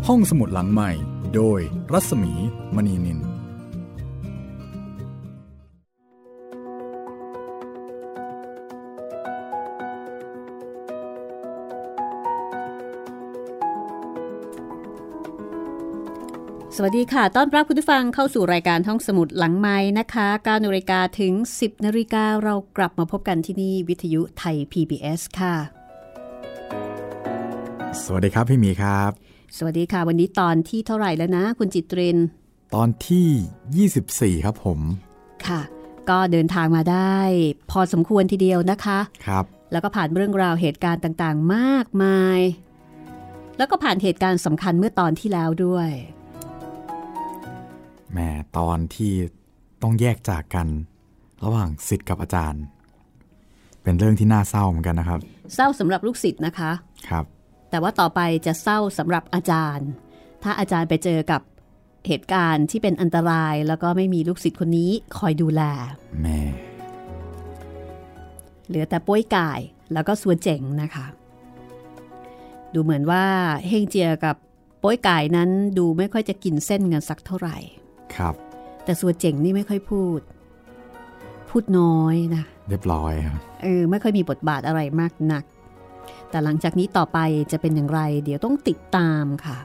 ห้องสมุดหลังใหม่โดยรัศมีมณีนินสวัสดีค่ะต้อนรับคุณผู้ฟังเข้าสู่รายการห้องสมุดหลังไม้นะคะ 9 นาฬิกาถึง 10 นาฬิกาเรากลับมาพบกันที่นี่วิทยุไทย PBS ค่ะสวัสดีครับพี่หมีครับสวัสดีค่ะวันนี้ตอนที่เท่าไหร่แล้วนะคุณจิตรินตอนที่24ครับผมค่ะก็เดินทางมาได้พอสมควรทีเดียวนะคะครับแล้วก็ผ่านเรื่องราวเหตุการณ์ต่างๆมากมายแล้วก็ผ่านเหตุการณ์สำคัญเมื่อตอนที่แล้วด้วยแหมตอนที่ต้องแยกจากกันระหว่างศิษย์กับอาจารย์เป็นเรื่องที่น่าเศร้าเหมือนกันนะครับเศร้าสำหรับลูกศิษย์นะคะครับแต่ว่าต่อไปจะเศร้าสำหรับอาจารย์ถ้าอาจารย์ไปเจอกับเหตุการณ์ที่เป็นอันตรายแล้วก็ไม่มีลูกศิษย์คนนี้คอยดูแลแม่เหลือแต่ป้วยก่ายแล้วก็สัวเจ๋งนะคะดูเหมือนว่าเฮงเจียกับป้วยก่ายนั้นดูไม่ค่อยจะกินเส้นกันสักเท่าไหร่ครับแต่สัวเจ๋งนี่ไม่ค่อยพูดน้อยนะเรียบร้อยครับไม่ค่อยมีบทบาทอะไรมากนักแต่หลังจากนี้ต่อไปจะเป็นอย่างไรเดี๋ยวต้องติดตามค่ะ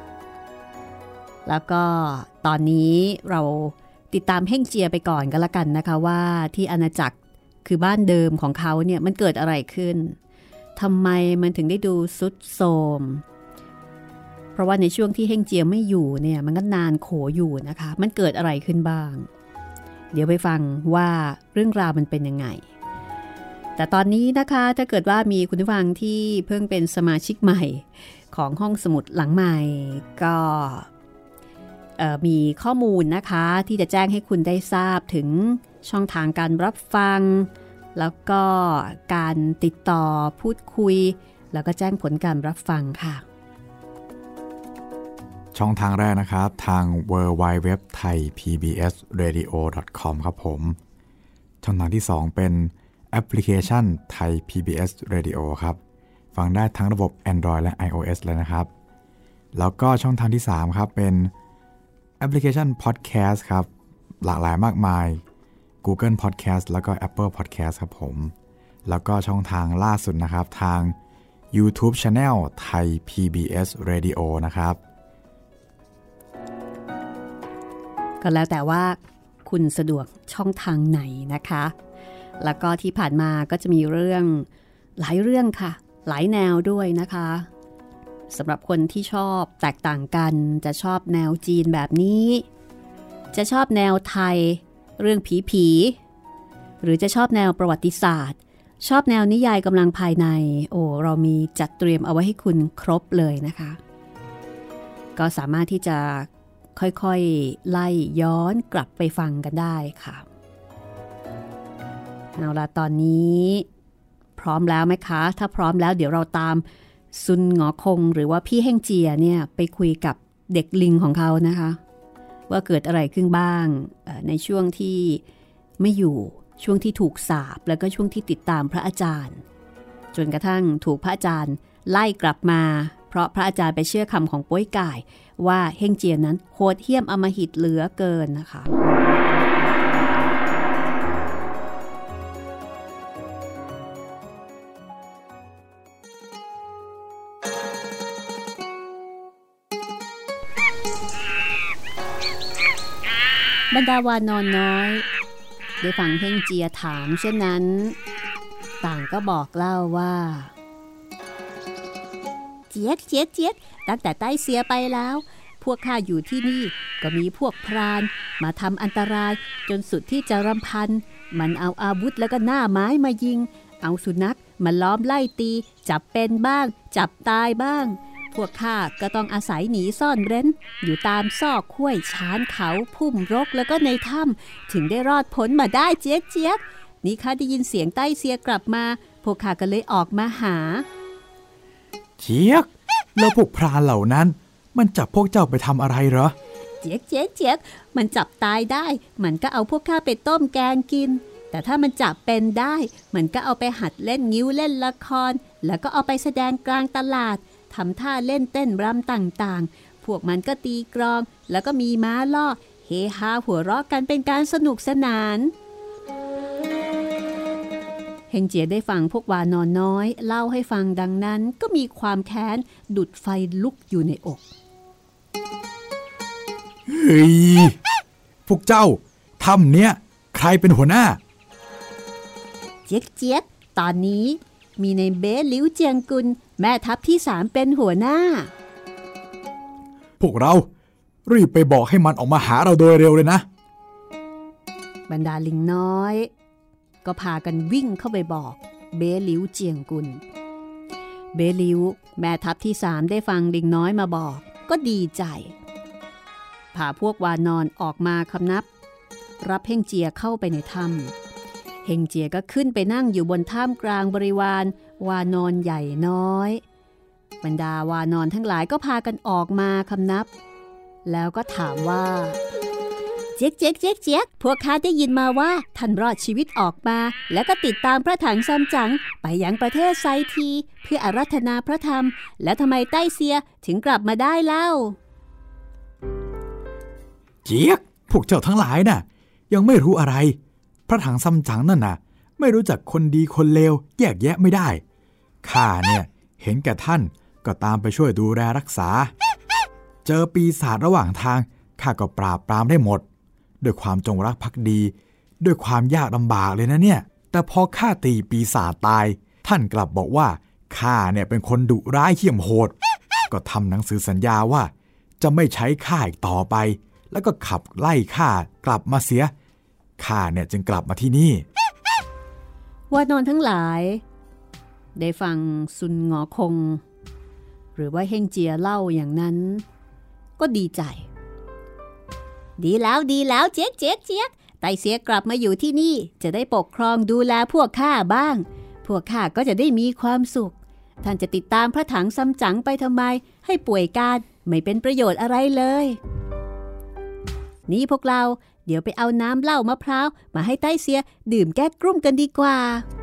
แล้วก็ตอนนี้เราติดตามเฮ่งเจียไปก่อนก็แล้วกันนะคะว่าที่อาณาจักรคือบ้านเดิมของเขาเนี่ยมันเกิดอะไรขึ้นทำไมมันถึงได้ดูสุดโทรมเพราะว่าในช่วงที่เฮ่งเจียไม่อยู่เนี่ยมันก็นานโขอยู่นะคะมันเกิดอะไรขึ้นบ้างเดี๋ยวไปฟังว่าเรื่องราวมันเป็นยังไงแต่ตอนนี้นะคะถ้าเกิดว่ามีคุณผู้ฟังที่เพิ่งเป็นสมาชิกใหม่ของห้องสมุดหลังใหม่ก็มีข้อมูลนะคะที่จะแจ้งให้คุณได้ทราบถึงช่องทางการรับฟังแล้วก็การติดต่อพูดคุยแล้วก็แจ้งผลการรับฟังค่ะช่องทางแรกนะครับทาง www.thaipbsradio.com ครับผมช่องทางที่2เป็นแอปพลิเคชัน Thai PBS Radio ครับฟังได้ทั้งระบบ Android และ iOS เลยนะครับแล้วก็ช่องทางที่3ครับเป็นแอปพลิเคชัน Podcast ครับหลากหลายมากมาย Google Podcast แล้วก็ Apple Podcast ครับผมแล้วก็ช่องทางล่าสุดนะครับทาง YouTube Channel Thai PBS Radio นะครับก็แล้วแต่ว่าคุณสะดวกช่องทางไหนนะคะแล้วก็ที่ผ่านมาก็จะมีเรื่องหลายเรื่องค่ะหลายแนวด้วยนะคะสำหรับคนที่ชอบแตกต่างกันจะชอบแนวจีนแบบนี้จะชอบแนวไทยเรื่องผีหรือจะชอบแนวประวัติศาสตร์ชอบแนวนิยายกำลังภายในเรามีจัดเตรียมเอาไว้ให้คุณครบเลยนะคะก็สามารถที่จะค่อยๆไล่ย้อนกลับไปฟังกันได้ค่ะเอาล่ะตอนนี้พร้อมแล้วไหมคะถ้าพร้อมแล้วเดี๋ยวเราตามซุนหงอคงหรือว่าพี่เฮ่งเจียเนี่ยไปคุยกับเด็กลิงของเขานะคะว่าเกิดอะไรขึ้นบ้างในช่วงที่ไม่อยู่ช่วงที่ถูกสาปแล้วก็ช่วงที่ติดตามพระอาจารย์จนกระทั่งถูกพระอาจารย์ไล่กลับมาเพราะพระอาจารย์ไปเชื่อคำของป้วยก่ายว่าเฮ่งเจียนั้นโหดเหี้ยมอำมหิตเหลือเกินนะคะบรรดาวานอนน้อยได้ฟังเฮ่งเจียถามเช่นนั้นต่างก็บอกเล่าว่าเจี๊ยดตั้งแต่ใต้เสียไปแล้วพวกข้าอยู่ที่นี่ก็มีพวกพรานมาทำอันตรายจนสุดที่จะรำพันมันเอาอาวุธแล้วก็หน้าไม้มายิงเอาสุนัขมาล้อมไล่ตีจับเป็นบ้างจับตายบ้างพวกข้าก็ต้องอาศัยหนีซ่อนเร้นอยู่ตามซอกห้วยชานเขาพุ่มรกแล้วก็ในถ้ำถึงได้รอดพ้นมาได้เจี๊ยกนี่ข้าได้ยินเสียงใต้เสียกลับมาพวกข้าก็เลยออกมาหาเจี๊ยกแล้วพวกพรานเหล่านั้นมันจับพวกเจ้าไปทำอะไรเหรอเจี๊ยกมันจับตายได้มันก็เอาพวกข้าไปต้มแกงกินแต่ถ้ามันจับเป็นได้มันก็เอาไปหัดเล่นงิ้วเล่นละครแล้วก็เอาไปแสดงกลางตลาดทำท่าเล่นเต้นรำต่างๆพวกมันก็ตีกลองแล้วก็มีม้าล่อเฮฮาหัวเราะกันเป็นการสนุกสนานเฮงเจียได้ฟังพวกวานอนน้อยเล่าให้ฟังดังนั้นก็มีความแค้นดุจไฟลุกอยู่ในอกเฮ้ยพวกเจ้าถ้ำเนี้ยใครเป็นหัวหน้าเจี๊ยกตอนนี้มีในเบ้ลิ้วเจียงกุลแม่ทัพที่3เป็นหัวหน้าพวกเรารีบไปบอกให้มันออกมาหาเราโดยเร็วเลยนะบรรดาลิงน้อยก็พากันวิ่งเข้าไปบอกเบ้ลิ้วเจียงกุลเบ้ลิ้วแม่ทัพที่3ได้ฟังลิงน้อยมาบอกก็ดีใจพาพวกวานอนออกมาคำนับรับเฮงเจียเข้าไปในถ้ำเฮงเจียก็ขึ้นไปนั่งอยู่บนท่ามกลางบริวารวานอนใหญ่น้อยบรรดาวานอนทั้งหลายก็พากันออกมาคำนับแล้วก็ถามว่าเจ๊กพวกข้าได้ยินมาว่าท่านรอดชีวิตออกมาแล้วก็ติดตามพระถังซัมจั๋งไปยังประเทศไซทีเพื่ออาราธนาพระธรรมแล้วทำไมใต้เซียถึงกลับมาได้เล่าเจี๊ยกพวกเจ้าทั้งหลายน่ะยังไม่รู้อะไรพระถังซัมจั๋งนั่นน่ะไม่รู้จักคนดีคนเลวแยกแยะไม่ได้ข้าเนี่ยเห็นแก่ท่านก็ตามไปช่วยดูแลรักษาเจอปีศาจระหว่างทางข้าก็ปราบปรามได้หมดด้วยความจงรักภักดีด้วยความยากลำบากเลยนะเนี่ยแต่พอข้าตีปีศาจตายท่านกลับบอกว่าข้าเนี่ยเป็นคนดุร้ายเหี้ยมโหดก็ทำหนังสือสัญญาว่าจะไม่ใช้ข้าอีกต่อไปแล้วก็ขับไล่ข้ากลับมาเสียข้าเนี่ยจึงกลับมาที่นี่วานอนทั้งหลายได้ฟังซุนหงอคงหรือว่าเฮงเจียเล่าอย่างนั้นก็ดีใจดีแล้วเจ๊กไต้เสียกลับมาอยู่ที่นี่จะได้ปกครองดูแลพวกข้าบ้างพวกข้าก็จะได้มีความสุขท่านจะติดตามพระถังซัมจั๋งไปทำไมให้ป่วยการไม่เป็นประโยชน์อะไรเลยนี่พวกเราเดี๋ยวไปเอาน้ำเหล้ามะพร้าวมาให้ไต้เสียดื่มแก้กรุ่มกันดีกว่า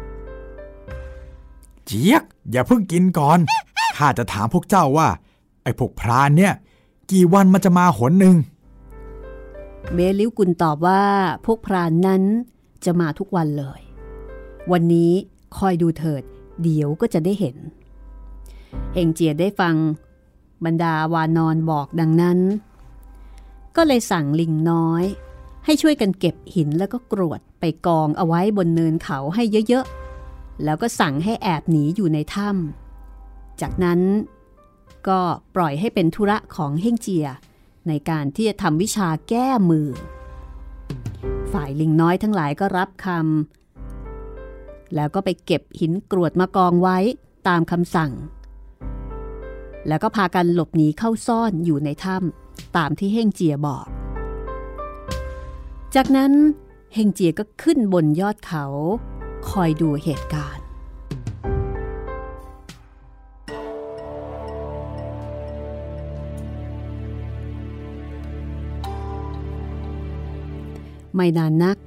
เจี๊ยกอย่าเพิ่งกินก่อนข้าจะถามพวกเจ้าว่าไอ้พวกพรานเนี่ยกี่วันมันจะมาหนหนึ่งเบลิ้วกุลตอบว่าพวกพรานนั้นจะมาทุกวันเลยวันนี้คอยดูเถิดเดี๋ยวก็จะได้เห็นเฮงเจียได้ฟังบรรดาวานอนบอกดังนั้นก็เลยสั่งลิงน้อยให้ช่วยกันเก็บหินแล้วก็กรวดไปกองเอาไว้บนเนินเขาให้เยอะๆแล้วก็สั่งให้แอบหนีอยู่ในถ้ำจากนั้นก็ปล่อยให้เป็นธุระของเฮงเจียในการที่จะทำวิชาแก้มือฝ่ายลิงน้อยทั้งหลายก็รับคำแล้วก็ไปเก็บหินกรวดมากองไว้ตามคำสั่งแล้วก็พากันหลบหนีเข้าซ่อนอยู่ในถ้ำตามที่เฮงเจียบอกจากนั้นเฮงเจียก็ขึ้นบนยอดเขาคอยดูเหตุการณ์ไม่นานนัก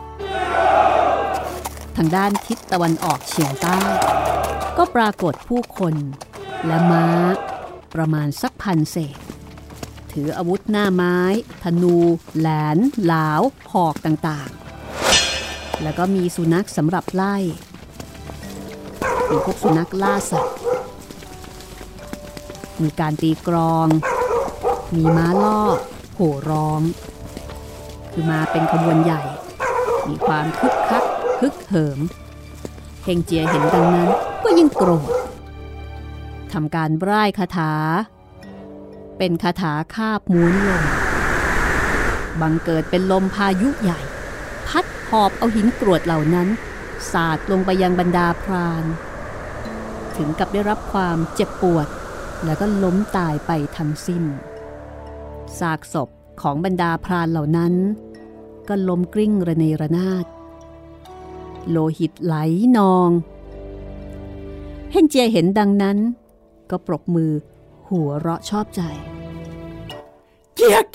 ทางด้านทิศตะวันออกเฉียงใต้ก็ปรากฏผู้คนและม้าประมาณสักพันเศษถืออาวุธหน้าไม้ธนูแหลนหลาวหอกต่างๆแล้วก็มีสุนัขสำหรับไล่มีพวกสุนัขล่าสัตว์มีการตีกลองมีม้าล่อโห่ร้องคือมาเป็นขบวนใหญ่มีความคึกคักฮึกเหิมเฮงเจียเห็นดังนั้นก็ยิ่งโกรธทำการร่ายคาถาเป็นคาถาคาบม้วนลมบังเกิดเป็นลมพายุใหญ่พัดหอบเอาหินกรวดเหล่านั้นสาดลงไปยังบรรดาพรานถึงกับได้รับความเจ็บปวดแล้วก็ล้มตายไปทั้งสิ้นซากศพของบรรดาพรานเหล่านั้นก็ล้มกลิ้งระเนระนาดโลหิตไหลนองเฮงเจียเห็นดังนั้นก็ปรบมือหัวเราะชอบใจเจี๊ยก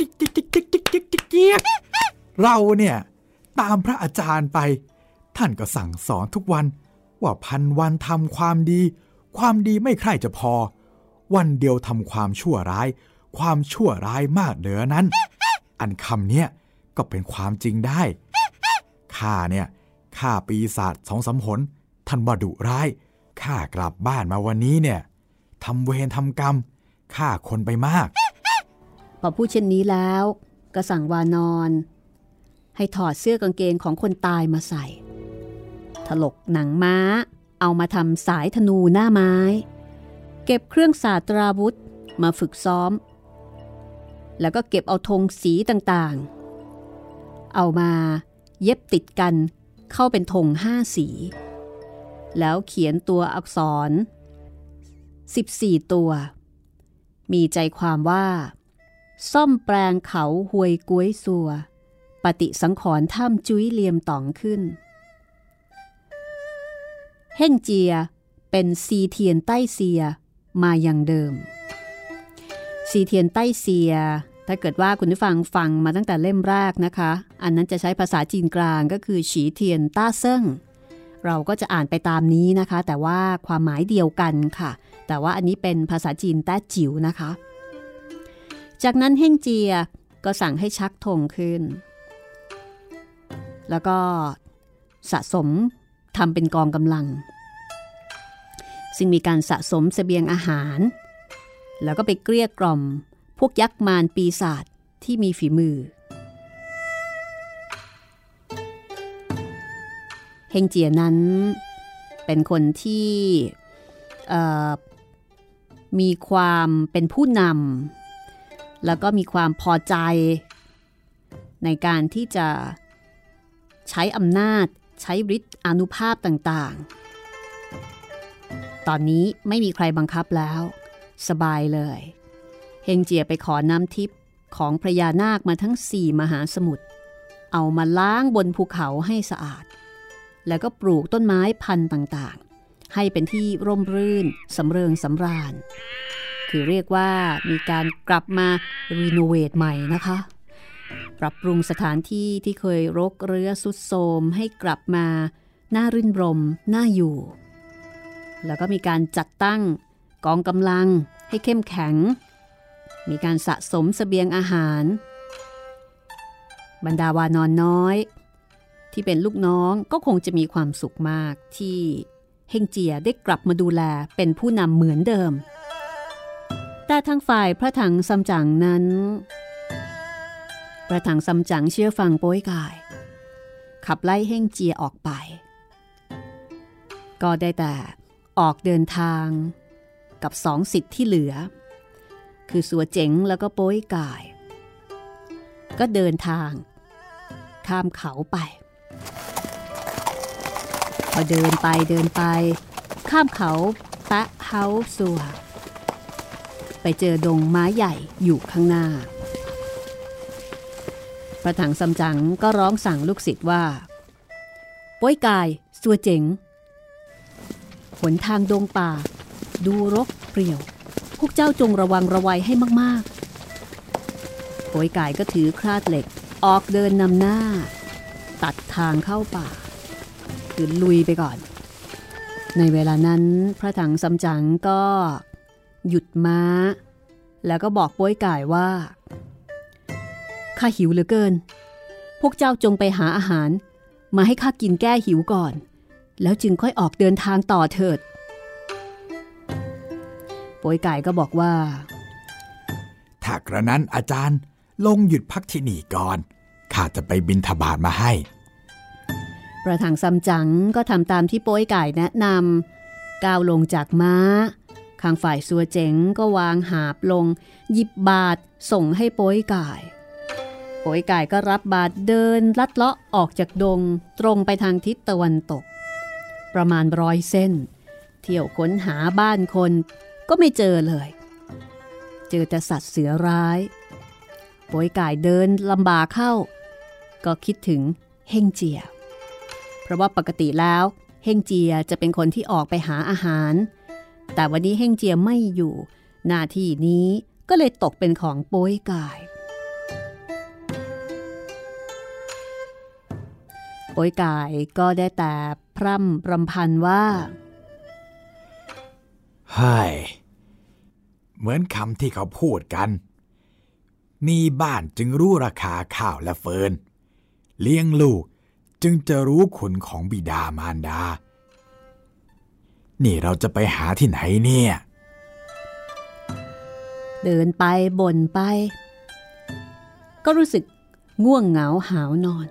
เราเนี่ยตามพระอาจารย์ไปท่านก็สั่งสอนทุกวันว่าพันวันทำความดีความดีไม่ใคร่จะพอวันเดียวทำความชั่วร้ายความชั่วร้ายมากเหลือนั้น อันคำเนี้ยก็เป็นความจริงได้ข้าเนี่ยฆ่าปีศาจ2-3 หนท่านบ่ดุร้ายข้ากลับบ้านมาวันนี้เนี่ยทำเวรทำกรรมฆ่าคนไปมากพอพูดเช่นนี้แล้วก็สั่งวานอนให้ถอดเสื้อกางเกงของคนตายมาใส่ถลกหนังม้าเอามาทำสายธนูหน้าไม้เก็บเครื่องศาสตราวุธมาฝึกซ้อมแล้วก็เก็บเอาธงสีต่างๆเอามาเย็บติดกันเข้าเป็นธง5 สีแล้วเขียนตัวอักษร14 ตัวมีใจความว่าซ่อมแปลงเขาหวยก้วยซัวปฏิสังขรณ์ถ้ำจุ้ยเลียมต๋องขึ้นเฮ่งเจียเป็นซีเทียนใต้เซียมาอย่างเดิมซีเทียนใต้เซียถ้าเกิดว่าคุณผู้ฟังมาตั้งแต่เล่มแรกนะคะอันนั้นจะใช้ภาษาจีนกลางก็คือฉีเทียนต้าเซิ่งเราก็จะอ่านไปตามนี้นะคะแต่ว่าความหมายเดียวกันค่ะแต่ว่าอันนี้เป็นภาษาจีนแต้จิ๋วนะคะจากนั้นเฮ่งเจียก็สั่งให้ชักธงขึ้นแล้วก็สะสมทำเป็นกองกำลังซึ่งมีการสะสมเสบียงอาหารแล้วก็ไปเกลี้ยกล่อมพวกยักษ์มารปีศาจที่มีฝีมือเฮงเจียนั้นเป็นคนที่มีความเป็นผู้นำแล้วก็มีความพอใจในการที่จะใช้อำนาจใช้ฤทธิ์อานุภาพต่างๆตอนนี้ไม่มีใครบังคับแล้วสบายเลยเฮงเจียไปขอน้ำทิพย์ของพญานาคมาทั้ง4 มหาสมุทรเอามาล้างบนภูเขาให้สะอาดแล้วก็ปลูกต้นไม้พันธุ์ต่างๆให้เป็นที่ร่มรื่นสำเริงสำราญคือเรียกว่ามีการกลับมารีโนเวทใหม่นะคะปรับปรุงสถานที่ที่เคยรกเรื้อทรุดโทรมให้กลับมาน่ารื่นรมน่าอยู่แล้วก็มีการจัดตั้งกองกำลังให้เข้มแข็งมีการสะสมเสบียงอาหารบรรดาวานอนน้อยที่เป็นลูกน้องก็คงจะมีความสุขมากที่เฮงเจียได้กลับมาดูแลเป็นผู้นำเหมือนเดิมแต่ทางฝ่ายพระถังซัมจั๋งนั้นพระถังซัมจั๋งเชื่อฟังโป้ยกายขับไล่เฮงเจียออกไปก็ได้แต่ออกเดินทางกับ2 ศิษย์ที่เหลือคือสัวเจ๋งแล้วก็โป้ยกายก็เดินทางข้ามเขาไปพอเดินไปข้ามเขาแปะเฮาซัวไปเจอดงไม้ใหญ่อยู่ข้างหน้าพระถังซัมจั๋งก็ร้องสั่งลูกศิษย์ว่าโป้ยกายสัวเจ๋งหนทางดงป่าดูรกเปรี่ยวพวกเจ้าจงระวังระวัยให้มากๆโป้ยกายก็ถือคราดเหล็กออกเดินนำหน้าตัดทางเข้าป่าคือลุยไปก่อนในเวลานั้นพระถังซัมจั๋งก็หยุดม้าแล้วก็บอกโป้ยกายว่าข้าหิวเหลือเกินพวกเจ้าจงไปหาอาหารมาให้ข้ากินแก้หิวก่อนแล้วจึงค่อยออกเดินทางต่อเถิดโป้ยกายก็บอกว่าถ้ากระนั้นอาจารย์ลงหยุดพักที่นี่ก่อนข้าจะไปบิณฑบาตมาให้พระถังซัมจั๋งก็ทำตามที่โป้ยกายแนะนำก้าวลงจากม้าข้างฝ่ายซัวเจ๋งก็วางหาบลงหยิบบาตรส่งให้โป้ยกายโป้ยกายก็รับบาตรเดินลัดเลาะออกจากดงตรงไปทางทิศตะวันตกประมาณ100 เส้นเที่ยวค้นหาบ้านคนก็ไม่เจอเลยเจอแต่สัตว์เสือร้ายโป้ยกายเดินลำบากเข้าก็คิดถึงเฮงเจียเพราะว่าปกติแล้วเฮงเจียจะเป็นคนที่ออกไปหาอาหารแต่วันนี้เฮงเจียไม่อยู่หน้าที่นี้ก็เลยตกเป็นของโป้ยกายโป้ยกายก็ได้แต่พร่ำรำพันว่าเฮ้ยเหมือนคำที่เขาพูดกันมีบ้านจึงรู้ราคาข้าวและเฟิร์นเลี้ยงลูกจึงจะรู้คุณของบิดามารดานี่เราจะไปหาที่ไหนเนี่ยเดินไปบ่นไปก็รู้สึกง่วงเหงาหาวนอน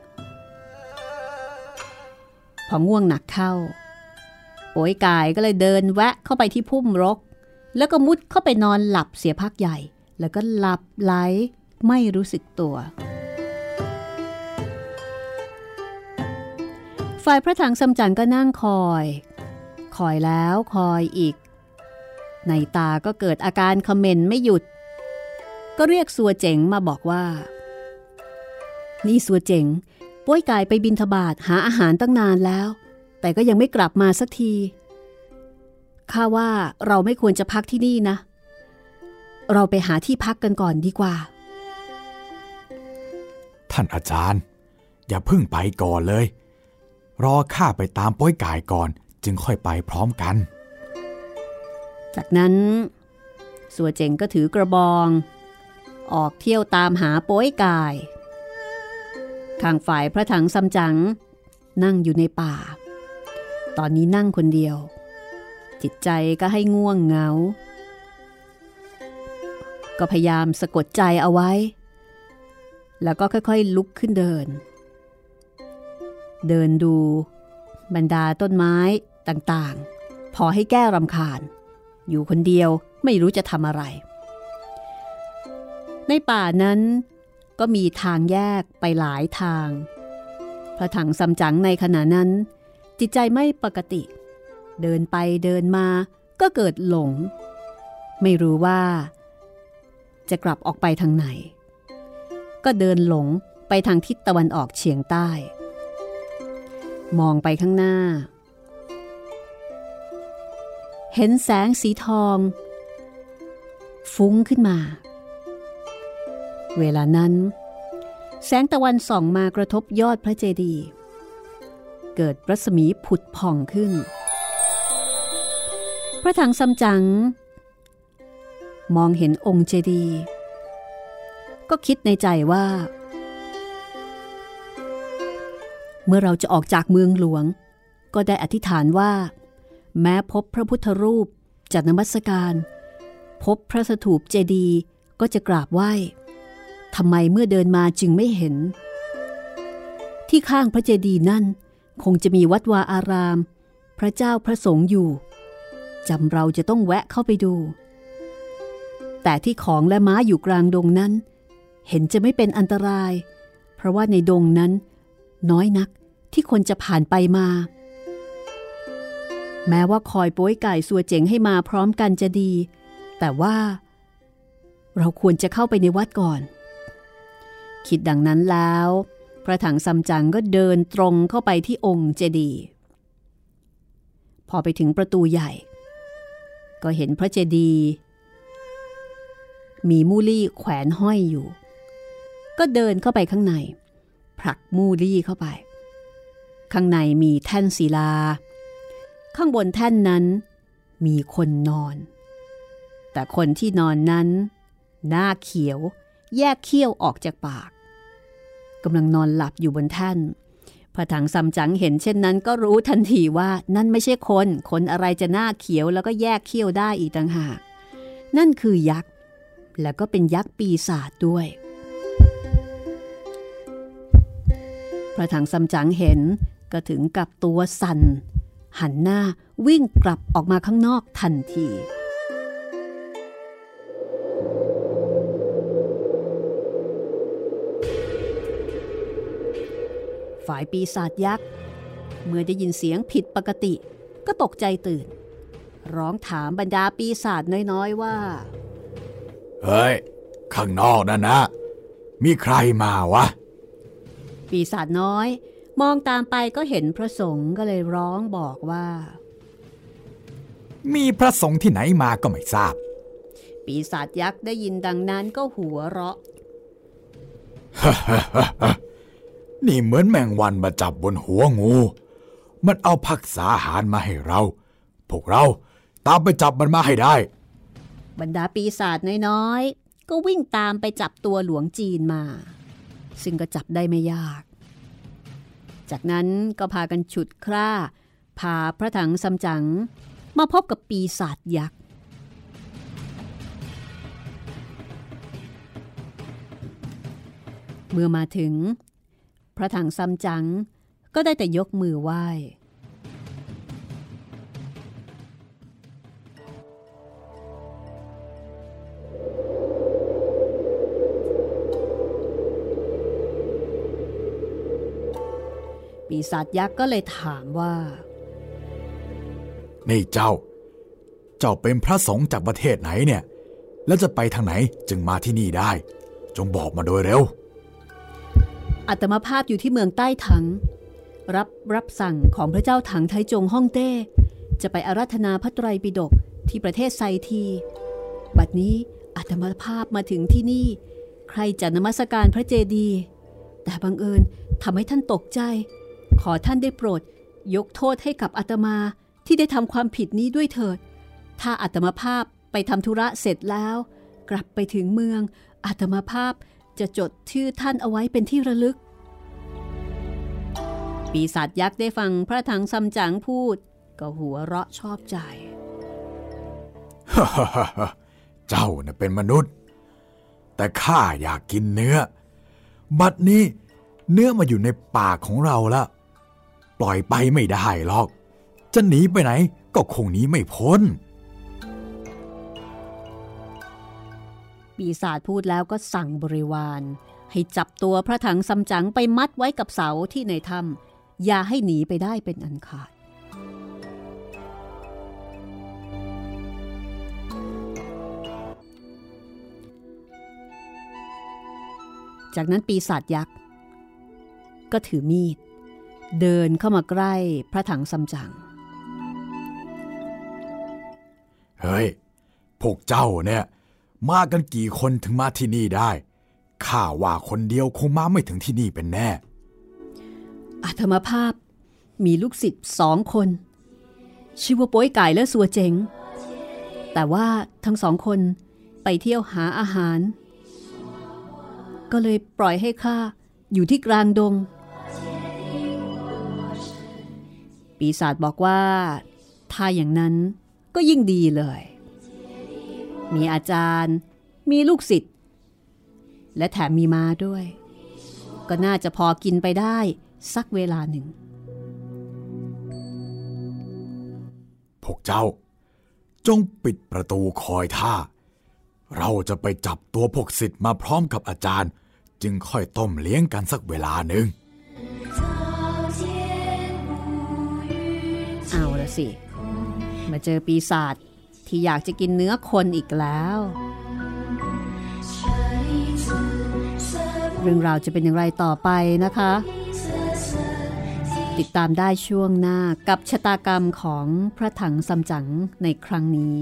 พอง่วงหนักเข้าโป๋ยกายก็เลยเดินแวะเข้าไปที่พุ่มรกแล้วก็มุดเข้าไปนอนหลับเสียพักใหญ่แล้วก็หลับไหลไม่รู้สึกตัวฝ่ายพระถังซัมจั๋งก็นั่งคอยแล้วคอยอีกในตาก็เกิดอาการเขม่นไม่หยุดก็เรียกสัวเจ๋งมาบอกว่านี่สัวเจ๋งโป้ยกายไปบิณฑบาตหาอาหารตั้งนานแล้วแต่ก็ยังไม่กลับมาสักทีข้าว่าเราไม่ควรจะพักที่นี่นะเราไปหาที่พักกันก่อนดีกว่าท่านอาจารย์อย่าเพิ่งไปก่อนเลยรอข้าไปตามโป้ยกายก่อนจึงค่อยไปพร้อมกันจากนั้นสัวเจ๋งก็ถือกระบองออกเที่ยวตามหาโป้ยกายข้างฝ่ายพระถังซัมจั๋งนั่งอยู่ในป่าตอนนี้นั่งคนเดียวจิตใจก็ให้ง่วงเหงาก็พยายามสะกดใจเอาไว้แล้วก็ค่อยๆลุกขึ้นเดินดูบรรดาต้นไม้ต่างๆพอให้แก้รำคาญอยู่คนเดียวไม่รู้จะทำอะไรในป่านั้นก็มีทางแยกไปหลายทางพระถังซัมจั๋งในขณะนั้นจิตใจไม่ปกติเดินไปเดินมาก็เกิดหลงไม่รู้ว่าจะกลับออกไปทางไหนก็เดินหลงไปทางทิศตะวันออกเฉียงใต้มองไปข้างหน้าเห็นแสงสีทองฟุ้งขึ้นมาเวลานั้นแสงตะวันส่องมากระทบยอดพระเจดีย์เกิดรัศมีผุดผ่องขึ้นพระถังซัมจั๋งมองเห็นองค์เจดีย์ก็คิดในใจว่าเมื่อเราจะออกจากเมืองหลวงก็ได้อธิษฐานว่าแม้พบพระพุทธรูปจัดนมัสการพบพระสถูปเจดีย์ก็จะกราบไหว้ทำไมเมื่อเดินมาจึงไม่เห็นที่ข้างพระเจดีย์นั่นคงจะมีวัดวาอารามพระเจ้าพระสงฆ์อยู่จำเราจะต้องแวะเข้าไปดูแต่ที่ของและม้าอยู่กลางดงนั้นเห็นจะไม่เป็นอันตรายเพราะว่าในดงนั้นน้อยนักที่คนจะผ่านไปมาแม้ว่าคอยโป้ยไก่สัวเจ๋งให้มาพร้อมกันจะดีแต่ว่าเราควรจะเข้าไปในวัดก่อนคิดดังนั้นแล้วพระถังซัมจั๋งก็เดินตรงเข้าไปที่องค์เจดีย์พอไปถึงประตูใหญ่ก็เห็นพระเจดีย์มีมูลี่แขวนห้อยอยู่ก็เดินเข้าไปข้างในผลักมูลี่เข้าไปข้างในมีแท่นศิลาข้างบนแท่นนั้นมีคนนอนแต่คนที่นอนนั้นหน้าเขียวแยกเขี้ยวออกจากปากกำลังนอนหลับอยู่บนแท่นพระถังซัมจั๋งเห็นเช่นนั้นก็รู้ทันทีว่านั่นไม่ใช่คนอะไรจะหน้าเขียวแล้วก็แยกเขี้ยวได้อีกต่างหากนั่นคือยักษ์แล้วก็เป็นยักษ์ปีศาจด้วยพระถังซัมจั๋งเห็นก็ถึงกับตัวสั่นหันหน้าวิ่งกลับออกมาข้างนอกทันทีฝ่ายปีศาจยักษ์เมื่อได้ยินเสียงผิดปกติก็ตกใจตื่นร้องถามบรรดาปีศาจน้อยๆว่าเฮ้ยข้างนอกนั่นนะมีใครมาวะปีศาจน้อยมองตามไปก็เห็นพระสงฆ์ก็เลยร้องบอกว่ามีพระสงฆ์ที่ไหนมาก็ไม่ทราบปีศาจยักษ์ได้ยินดังนั้นก็หัวเราะนี่เหมือนแมงวันมาจับบนหัวงูมันเอาภักษาหารมาให้เราพวกเราตามไปจับมันมาให้ได้บรรดาปีศาจน้อยๆก็วิ่งตามไปจับตัวหลวงจีนมาซึ่งก็จับได้ไม่ยากจากนั้นก็พากันฉุดคร่าพาพระถังซัมจั๋งมาพบกับปีศาจยักษ์เมื่อมาถึงพระถังซัมจั๋งก็ได้แต่ยกมือไหว้ปีศาจยักษ์ก็เลยถามว่านี่เจ้าเป็นพระสงฆ์จากประเทศไหนเนี่ยแล้วจะไปทางไหนจึงมาที่นี่ได้จงบอกมาโดยเร็วอาตมาภาพอยู่ที่เมืองใต้ถังรับสั่งของพระเจ้าถังไทจงฮ่องเต้จะไปอาราธนาพระไตรปิฎกที่ประเทศไซทีบัดนี้อาตมาภาพมาถึงที่นี่ใครจะนมัสการพระเจดีย์แต่บังเอิญทำให้ท่านตกใจขอท่านได้โปรดยกโทษให้กับอาตมาที่ได้ทำความผิดนี้ด้วยเถิดถ้าอาตมาภาพไปทำธุระเสร็จแล้วกลับไปถึงเมืองอาตมาภาพจะจดชื่อท่านเอาไว้เป็นที่ระลึกปีศาจยักษ์ได้ฟังพระถังซัมจั๋งพูดก็หัวเราะชอบใจเจ้าน่ะเป็นมนุษย์แต่ข้าอยากกินเนื้อบัดนี้เนื้อมาอยู่ในปากของเราละปล่อยไปไม่ได้หรอกจะหนีไปไหนก็คงหนีไม่พ้นปีศาจพูดแล้วก็สั่งบริวารให้จับตัวพระถังซัมจั๋งไปมัดไว้กับเสาที่ในถ้ำอย่าให้หนีไปได้เป็นอันขาดจากนั้นปีศาจยักษ์ก็ถือมีดเดินเข้ามาใกล้พระถังซัมจั๋งเฮ้ยพวกเจ้าเนี่ยมากันกี่คนถึงมาที่นี่ได้ข้าว่าคนเดียวคงมาไม่ถึงที่นี่เป็นแน่อาตมาภาพมีลูกศิษย์2 คนชื่อว่าโป้ยไก่และสัวเจ๋งแต่ว่าทั้ง2 คนไปเที่ยวหาอาหารก็เลยปล่อยให้ข้าอยู่ที่กลางดงปีศาจบอกว่าถ้าอย่างนั้นก็ยิ่งดีเลยมีอาจารย์มีลูกศิษย์และแถมมีม้าด้วยก็น่าจะพอกินไปได้สักเวลาหนึ่งพวกเจ้าจงปิดประตูคอยท่าเราจะไปจับตัวพวกศิษย์มาพร้อมกับอาจารย์จึงค่อยต้มเลี้ยงกันสักเวลาหนึ่งเอาละสิมาเจอปีศาจที่อยากจะกินเนื้อคนอีกแล้วเรื่องราวจะเป็นอย่างไรต่อไปนะคะติดตามได้ช่วงหน้ากับชะตากรรมของพระถังซัมจั๋งในครั้งนี้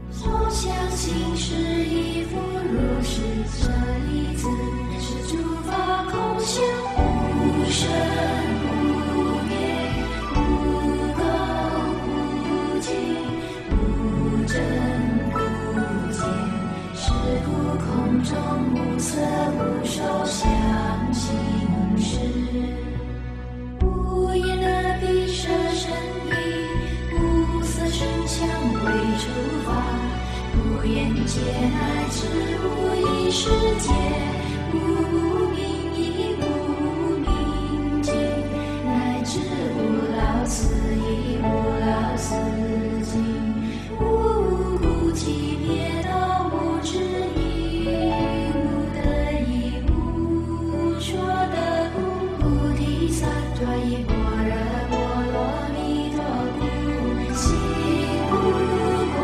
见爱之无一世界无明亦无明尽乃至无老死亦无老死尽无故寂灭道无知亦无得亦无说得故菩提萨埵亦般若波罗蜜多故心不挂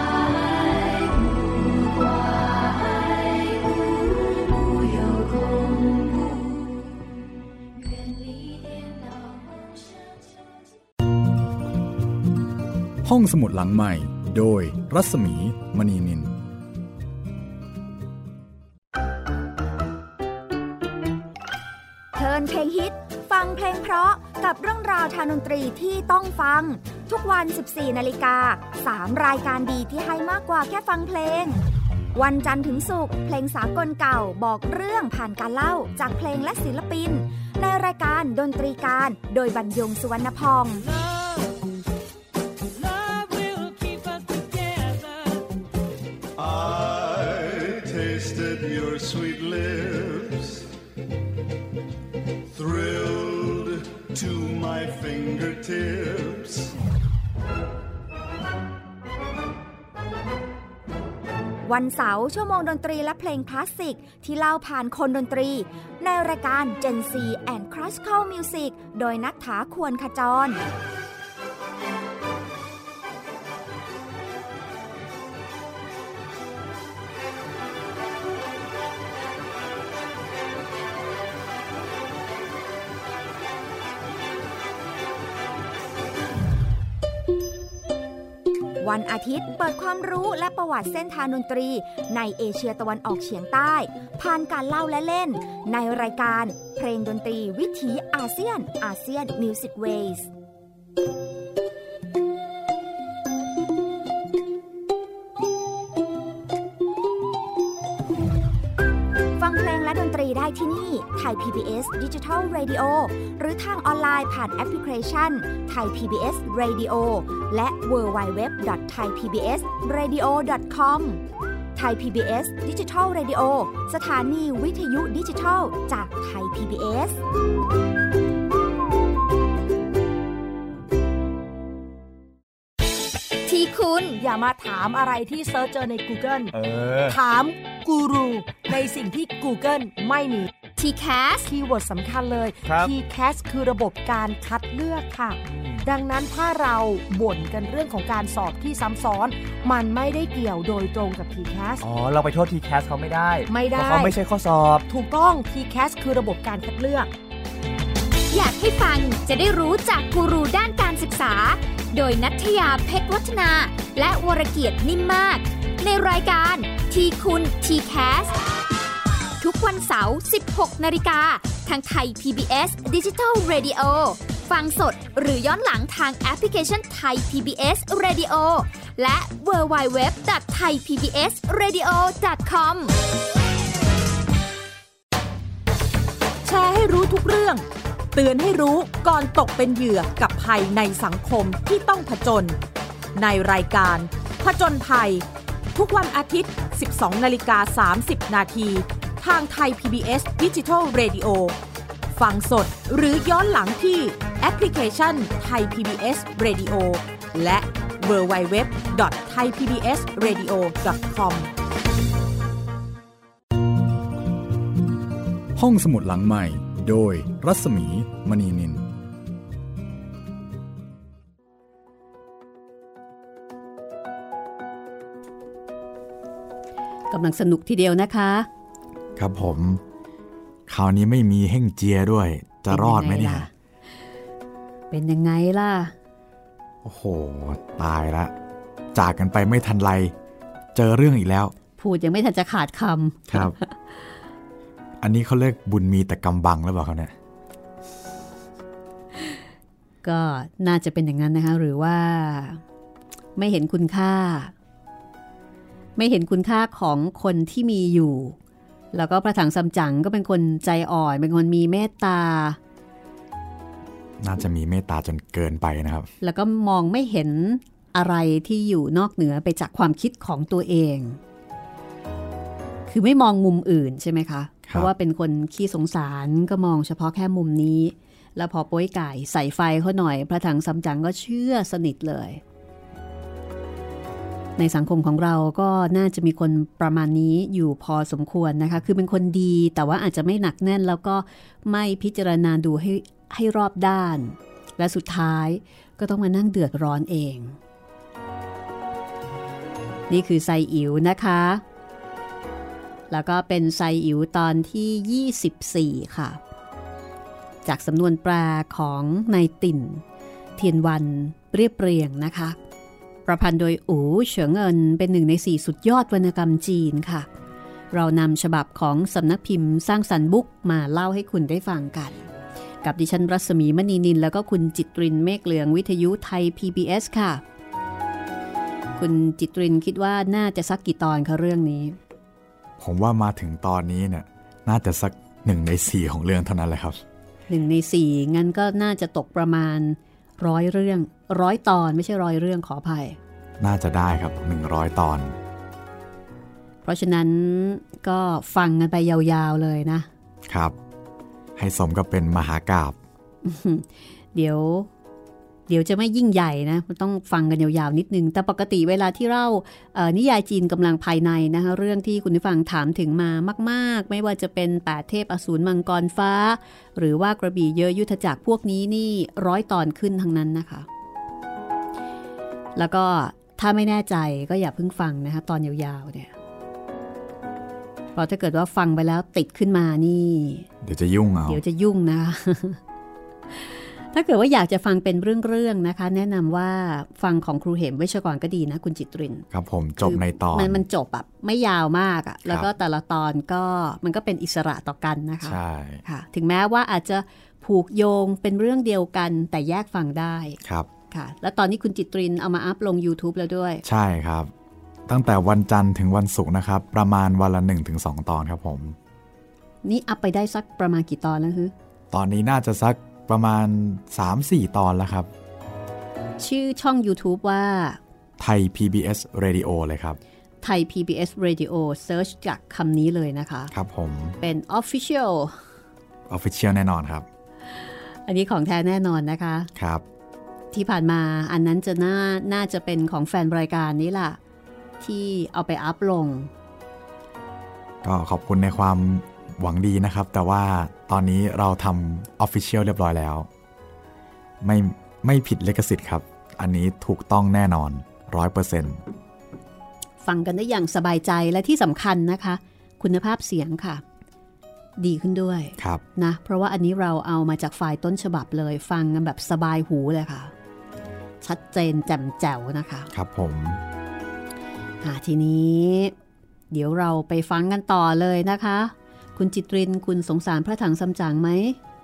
ห้องสมุดหลังใหม่โดยรัศมีมณีนินเทิร์นเพลงฮิตฟังเพลงเพราะกับเรื่องราวทางดนตรีที่ต้องฟังทุกวัน 14 นาฬิกา 3 รายการดีที่ให้มากกว่าแค่ฟังเพลงวันจันทร์ถึงศุกร์เพลงสากลเก่าบอกเรื่องผ่านการเล่าจากเพลงและศิลปินในรายการดนตรีการโดยบรรยงสุวรรณพองษ์ Your sweet lips thrilled to my fingertips วันเสาร์ชั่วโมงดนตรีและเพลงคลาสสิกที่เล่าผ่านคนดนตรีในรายการ Gen Z and Classical Music โดยณัฐฐา ควรขจรวันอาทิตย์เปิดความรู้และประวัติเส้นทางดนตรีในเอเชียตะวันออกเฉียงใต้ผ่านการเล่าและเล่นในรายการเพลงดนตรีวิถีอาเซียน ASEAN Music Ways ฟังเพลงและดนตรีได้ที่นี่ไทย PBS Digital Radio หรือทางออนไลน์ผ่านแอปพลิเคชัน Thai PBS Radio และ www.thaipbsradio.com Thai PBS Digital Radio สถานีวิทยุดิจิทัลจากไทย PBS ที่คุณอย่ามาถามอะไรที่เซิร์ชเจอใน Google ถามกูรูในสิ่งที่ Google ไม่มี TCAS คีย์เวิร์ดสำคัญเลย TCAS คือระบบการคัดเลือกค่ะดังนั้นถ้าเราบ่นกันเรื่องของการสอบที่ซ้ำซ้อนมันไม่ได้เกี่ยวโดยตรงกับ TCAS เราไปโทษ TCAS เขาไม่ได้เพราะเขาไม่ใช่ข้อสอบถูกต้อง TCAS คือระบบการคัดเลือกอยากให้ฟังจะได้รู้จากกูรูด้านการศึกษาโดยณัฐยาเพชรวัฒนาและวรเกียรตินิ่มมากในรายการทีคุณ TCAS ทุกวันเสาร์ 16 นาฬิกาทางไทย PBS Digital Radio ฟังสดหรือย้อนหลังทางแอปพลิเคชันไทย PBS Radio และ www.thaipbsradio.com แชร์ให้รู้ทุกเรื่องเตือนให้รู้ก่อนตกเป็นเหยื่อกับภัยในสังคมที่ต้องผจญในรายการผจญภัยทุกวันอาทิตย์ 12:30 นาทีทางไทย PBS Digital Radio ฟังสดหรือย้อนหลังที่แอปพลิเคชันไทย PBS Radio และ www.thaipbsradio.com ห้องสมุดหลังใหม่โดยรัศมีมณีนินกำลังสนุกทีเดียวนะคะครับผมคราวนี้ไม่มีเฮ่งเจียด้วยจะรอดไหมเนี่ยเป็นยังไงล่ะโอ้โหตายละจากกันไปไม่ทันไรเจอเรื่องอีกแล้วพูดยังไม่ทันจะขาดคำครับ อันนี้เขาเรียกบุญมีแต่กำบังหรือเปล่าเขาเนี่ยก็น่าจะเป็นอย่างนั้นนะคะหรือว่าไม่เห็นคุณค่าของคนที่มีอยู่แล้วก็พระถังซัมจั๋งก็เป็นคนใจอ่อนเป็นคนมีเมตตาน่าจะมีเมตตาจนเกินไปนะครับแล้วก็มองไม่เห็นอะไรที่อยู่นอกเหนือไปจากความคิดของตัวเองคือไม่มองมุมอื่นใช่ไหมคะเพราะว่าเป็นคนขี้สงสารก็มองเฉพาะแค่มุมนี้แล้วพอโป้ยไก่ใส่ไฟเขาหน่อยพระถังซัมจั๋งก็เชื่อสนิทเลยในสังคมของเราก็น่าจะมีคนประมาณนี้อยู่พอสมควรนะคะคือเป็นคนดีแต่ว่าอาจจะไม่หนักแน่นแล้วก็ไม่พิจารณาดูให้รอบด้านและสุดท้ายก็ต้องมานั่งเดือดร้อนเองนี่คือไซอิ๋วนะคะแล้วก็เป็นไซอิ๋วตอนที่24ค่ะจากสำนวนแปลของนายติ่นเทียนวันเรียบเรียงนะคะประพันธ์โดยอู๋เฉิงเอินเป็น1 ใน 4สุดยอดวรรณกรรมจีนค่ะเรานำฉบับของสำนักพิมพ์สร้างสรรค์บุ๊กมาเล่าให้คุณได้ฟังกันกับดิฉันรัศมีมณีนินแล้วก็คุณจิตรินเมฆเหลืองวิทยุไทย PBS ค่ะคุณจิตรินคิดว่าน่าจะสักกี่ตอนคะเรื่องนี้ผมว่ามาถึงตอนนี้เนี่ยน่าจะสัก1 ใน 4ของเรื่องเท่านั้นเลยครับ 1 ใน 4งั้นก็น่าจะตกประมาณ100 เรื่อง100 ตอนไม่ใช่100 เรื่องขออภัยน่าจะได้ครับ100 ตอนเพราะฉะนั้นก็ฟังกันไปยาวๆเลยนะครับให้สมกับเป็นมหากาพย์เดี๋ยวจะไม่ยิ่งใหญ่นะต้องฟังกันยาวๆนิดนึงแต่ปกติเวลาที่เรานิยายจีนกำลังภายในนะคะเรื่องที่คุณผู้ฟังถามถึงมามากๆไม่ว่าจะเป็น8 เทพอสูรมังกรฟ้าหรือว่ากระบี่เยอะยุทธจักรพวกนี้นี่100 ตอนขึ้นทั้งนั้นนะคะแล้วก็ถ้าไม่แน่ใจก็อย่าเพิ่งฟังนะคะตอนยาวๆเนี่ยเพราะถ้าเกิดว่าฟังไปแล้วติดขึ้นมานี่เดี๋ยวจะยุ่งนะคะถ้าเกิดว่าอยากจะฟังเป็นเรื่องๆนะคะแนะนำว่าฟังของครูเหมเวชกรก็ดีนะคุณจิตรินครับผมจบในตอนมันจบแบบไม่ยาวมากอะแล้วก็แต่ละตอนก็มันก็เป็นอิสระต่อกันนะคะใช่ค่ะถึงแม้ว่าอาจจะผูกโยงเป็นเรื่องเดียวกันแต่แยกฟังได้ครับค่ะแล้วตอนนี้คุณจิตรินเอามาอัพลง YouTube แล้วด้วยใช่ครับตั้งแต่วันจันทร์ถึงวันศุกร์นะครับประมาณวันละ 1-2 ตอนครับผมนี่อัพไปได้สักประมาณกี่ตอนแล้วฮึตอนนี้น่าจะสักประมาณ 3-4 ตอนแล้วครับชื่อช่อง YouTube ว่าไทย PBS Radio เลยครับไทย PBS Radio Search จากคำนี้เลยนะคะครับผมเป็น Official แน่นอนครับอันนี้ของแท้แน่นอนนะคะครับที่ผ่านมาอันนั้นจะน่าจะเป็นของแฟนรายการนี้ล่ะที่เอาไปอัพลงก็ขอบคุณในความหวังดีนะครับแต่ว่าตอนนี้เราทำ Official เรียบร้อยแล้วไม่ผิดลิขสิทธิ์ครับอันนี้ถูกต้องแน่นอน 100% ฟังกันได้อย่างสบายใจและที่สำคัญนะคะคุณภาพเสียงค่ะดีขึ้นด้วยนะเพราะว่าอันนี้เราเอามาจากไฟล์ต้นฉบับเลยฟังกันแบบสบายหูเลยค่ะชัดเจนแจ่มแจ๋วนะคะครับผมทีนี้เดี๋ยวเราไปฟังกันต่อเลยนะคะคุณจิตรินคุณสงสารพระถังซัมจั๋งไหม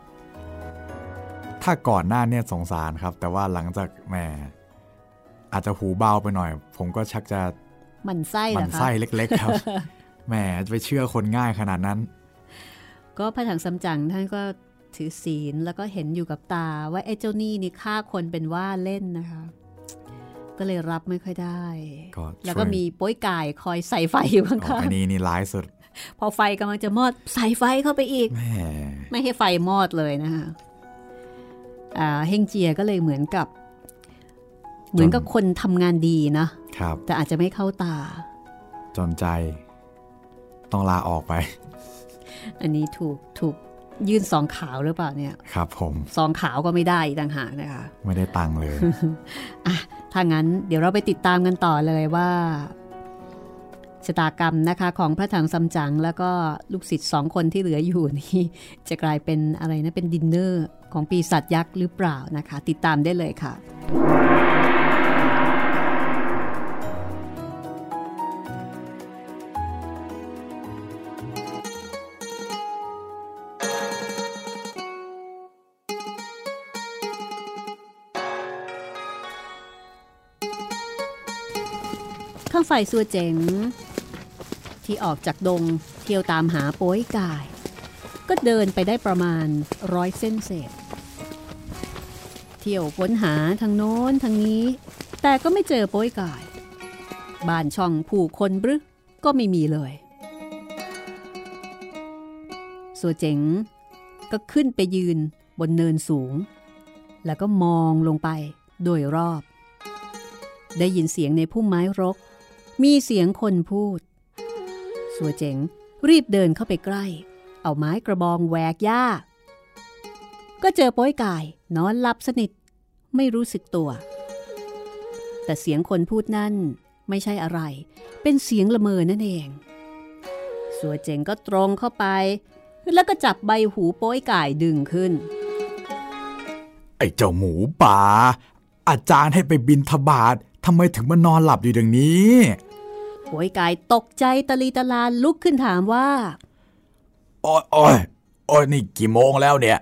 ถ้าก่อนหน้าเนี่ยสงสารครับแต่ว่าหลังจากแหมอาจจะหูเบาไปหน่อยผมก็ชักจะมันไส้เล็กๆครับแหมจะไปเชื่อคนง่ายขนาดนั้นก็พระถังซัมจั๋งท่านก็ถือศีลแล้วก็เห็นอยู่กับตาว่าไอ้เจ้านี่นี่ฆ่าคนเป็นว่าเล่นนะคะก็เลยรับไม่ค่อยได้แล้วก็มีโป้ยก่ายคอยใส่ไฟอยู่ข้างๆอันนี้นี่ร้ายสุดพอไฟกำลังจะมอดใส่ไฟเข้าไปอีกไม่ให้ไฟมอดเลยนะคะเฮงเจียก็เลยเหมือนกับคนทำงานดีนะครับแต่อาจจะไม่เข้าตาจนใจต้องลาออกไปอันนี้ถูกยื่นซองขาวหรือเปล่าเนี่ยครับผมซองขาวก็ไม่ได้อีกต่างหากนะคะไม่ได้ตังค์เลยถ้างั้นเดี๋ยวเราไปติดตามกันต่อเลยว่าชะตากรรมนะคะของพระถังซัมจั๋งแล้วก็ลูกศิษย์2 คนที่เหลืออยู่นี่จะกลายเป็นอะไรนะเป็นดินเนอร์ของปีศาจยักษ์หรือเปล่านะคะติดตามได้เลยค่ะข้างฝ่ายซัวเจ๋งที่ออกจากดงเที่ยวตามหาโป้ยก่ายก็เดินไปได้ประมาณ100 เส้นเศษเที่ยวค้นหาทางโน้นทางนี้แต่ก็ไม่เจอโป้ยก่ายบ้านช่องผู้คนบรึก็ไม่มีเลยซัวเจ๋งก็ขึ้นไปยืนบนเนินสูงแล้วก็มองลงไปโดยรอบได้ยินเสียงในพุ่มไม้รกมีเสียงคนพูดซัวเจ๋งรีบเดินเข้าไปใกล้เอาไม้กระบองแหวกหญ้าก็เจอโป้ยก่ายนอนหลับสนิทไม่รู้สึกตัวแต่เสียงคนพูดนั่นไม่ใช่อะไรเป็นเสียงละเมอนั่นเองซัวเจ๋งก็ตรงเข้าไปแล้วก็จับใบหูโป้ยก่ายดึงขึ้นไอ้เจ้าหมูป่าอาจารย์ให้ไปบิณฑบาตทำไมถึงมานอนหลับอยู่อย่างนี้โป้ยก่ายตกใจตะลีตะลานลุกขึ้นถามว่าโอ้ยนี่กี่โมงแล้วเนี่ย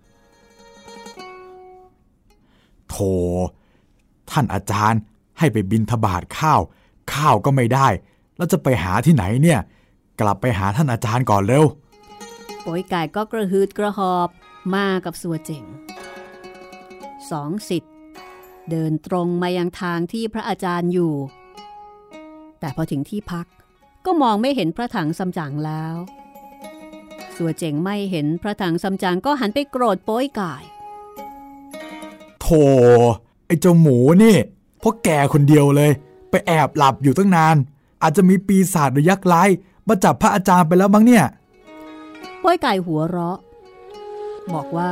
โธ่ท่านอาจารย์ให้ไปบิณฑบาตข้าวก็ไม่ได้แล้วจะไปหาที่ไหนเนี่ยกลับไปหาท่านอาจารย์ก่อนเร็วโป๋ยไก่ก็กระหืดกระหอบมากับสัวเจ๋งสองศิษย์เดินตรงมายังทางที่พระอาจารย์อยู่แต่พอถึงที่พักก็มองไม่เห็นพระถังซัมจั๋งแล้วสัวเจ๋งไม่เห็นพระถังซัมจั๋งก็หันไปโกรธโป๋ยไก่โธ่ไอ้เจ้าหมูนี่เพราะแกคนเดียวเลยไปแอบหลับอยู่ตั้งนานอาจจะมีปีศาจหรือยักษ์ร้ายมาจับพระอาจารย์ไปแล้วมั้งเนี่ยโป๋ยไก่หัวเราะบอกว่า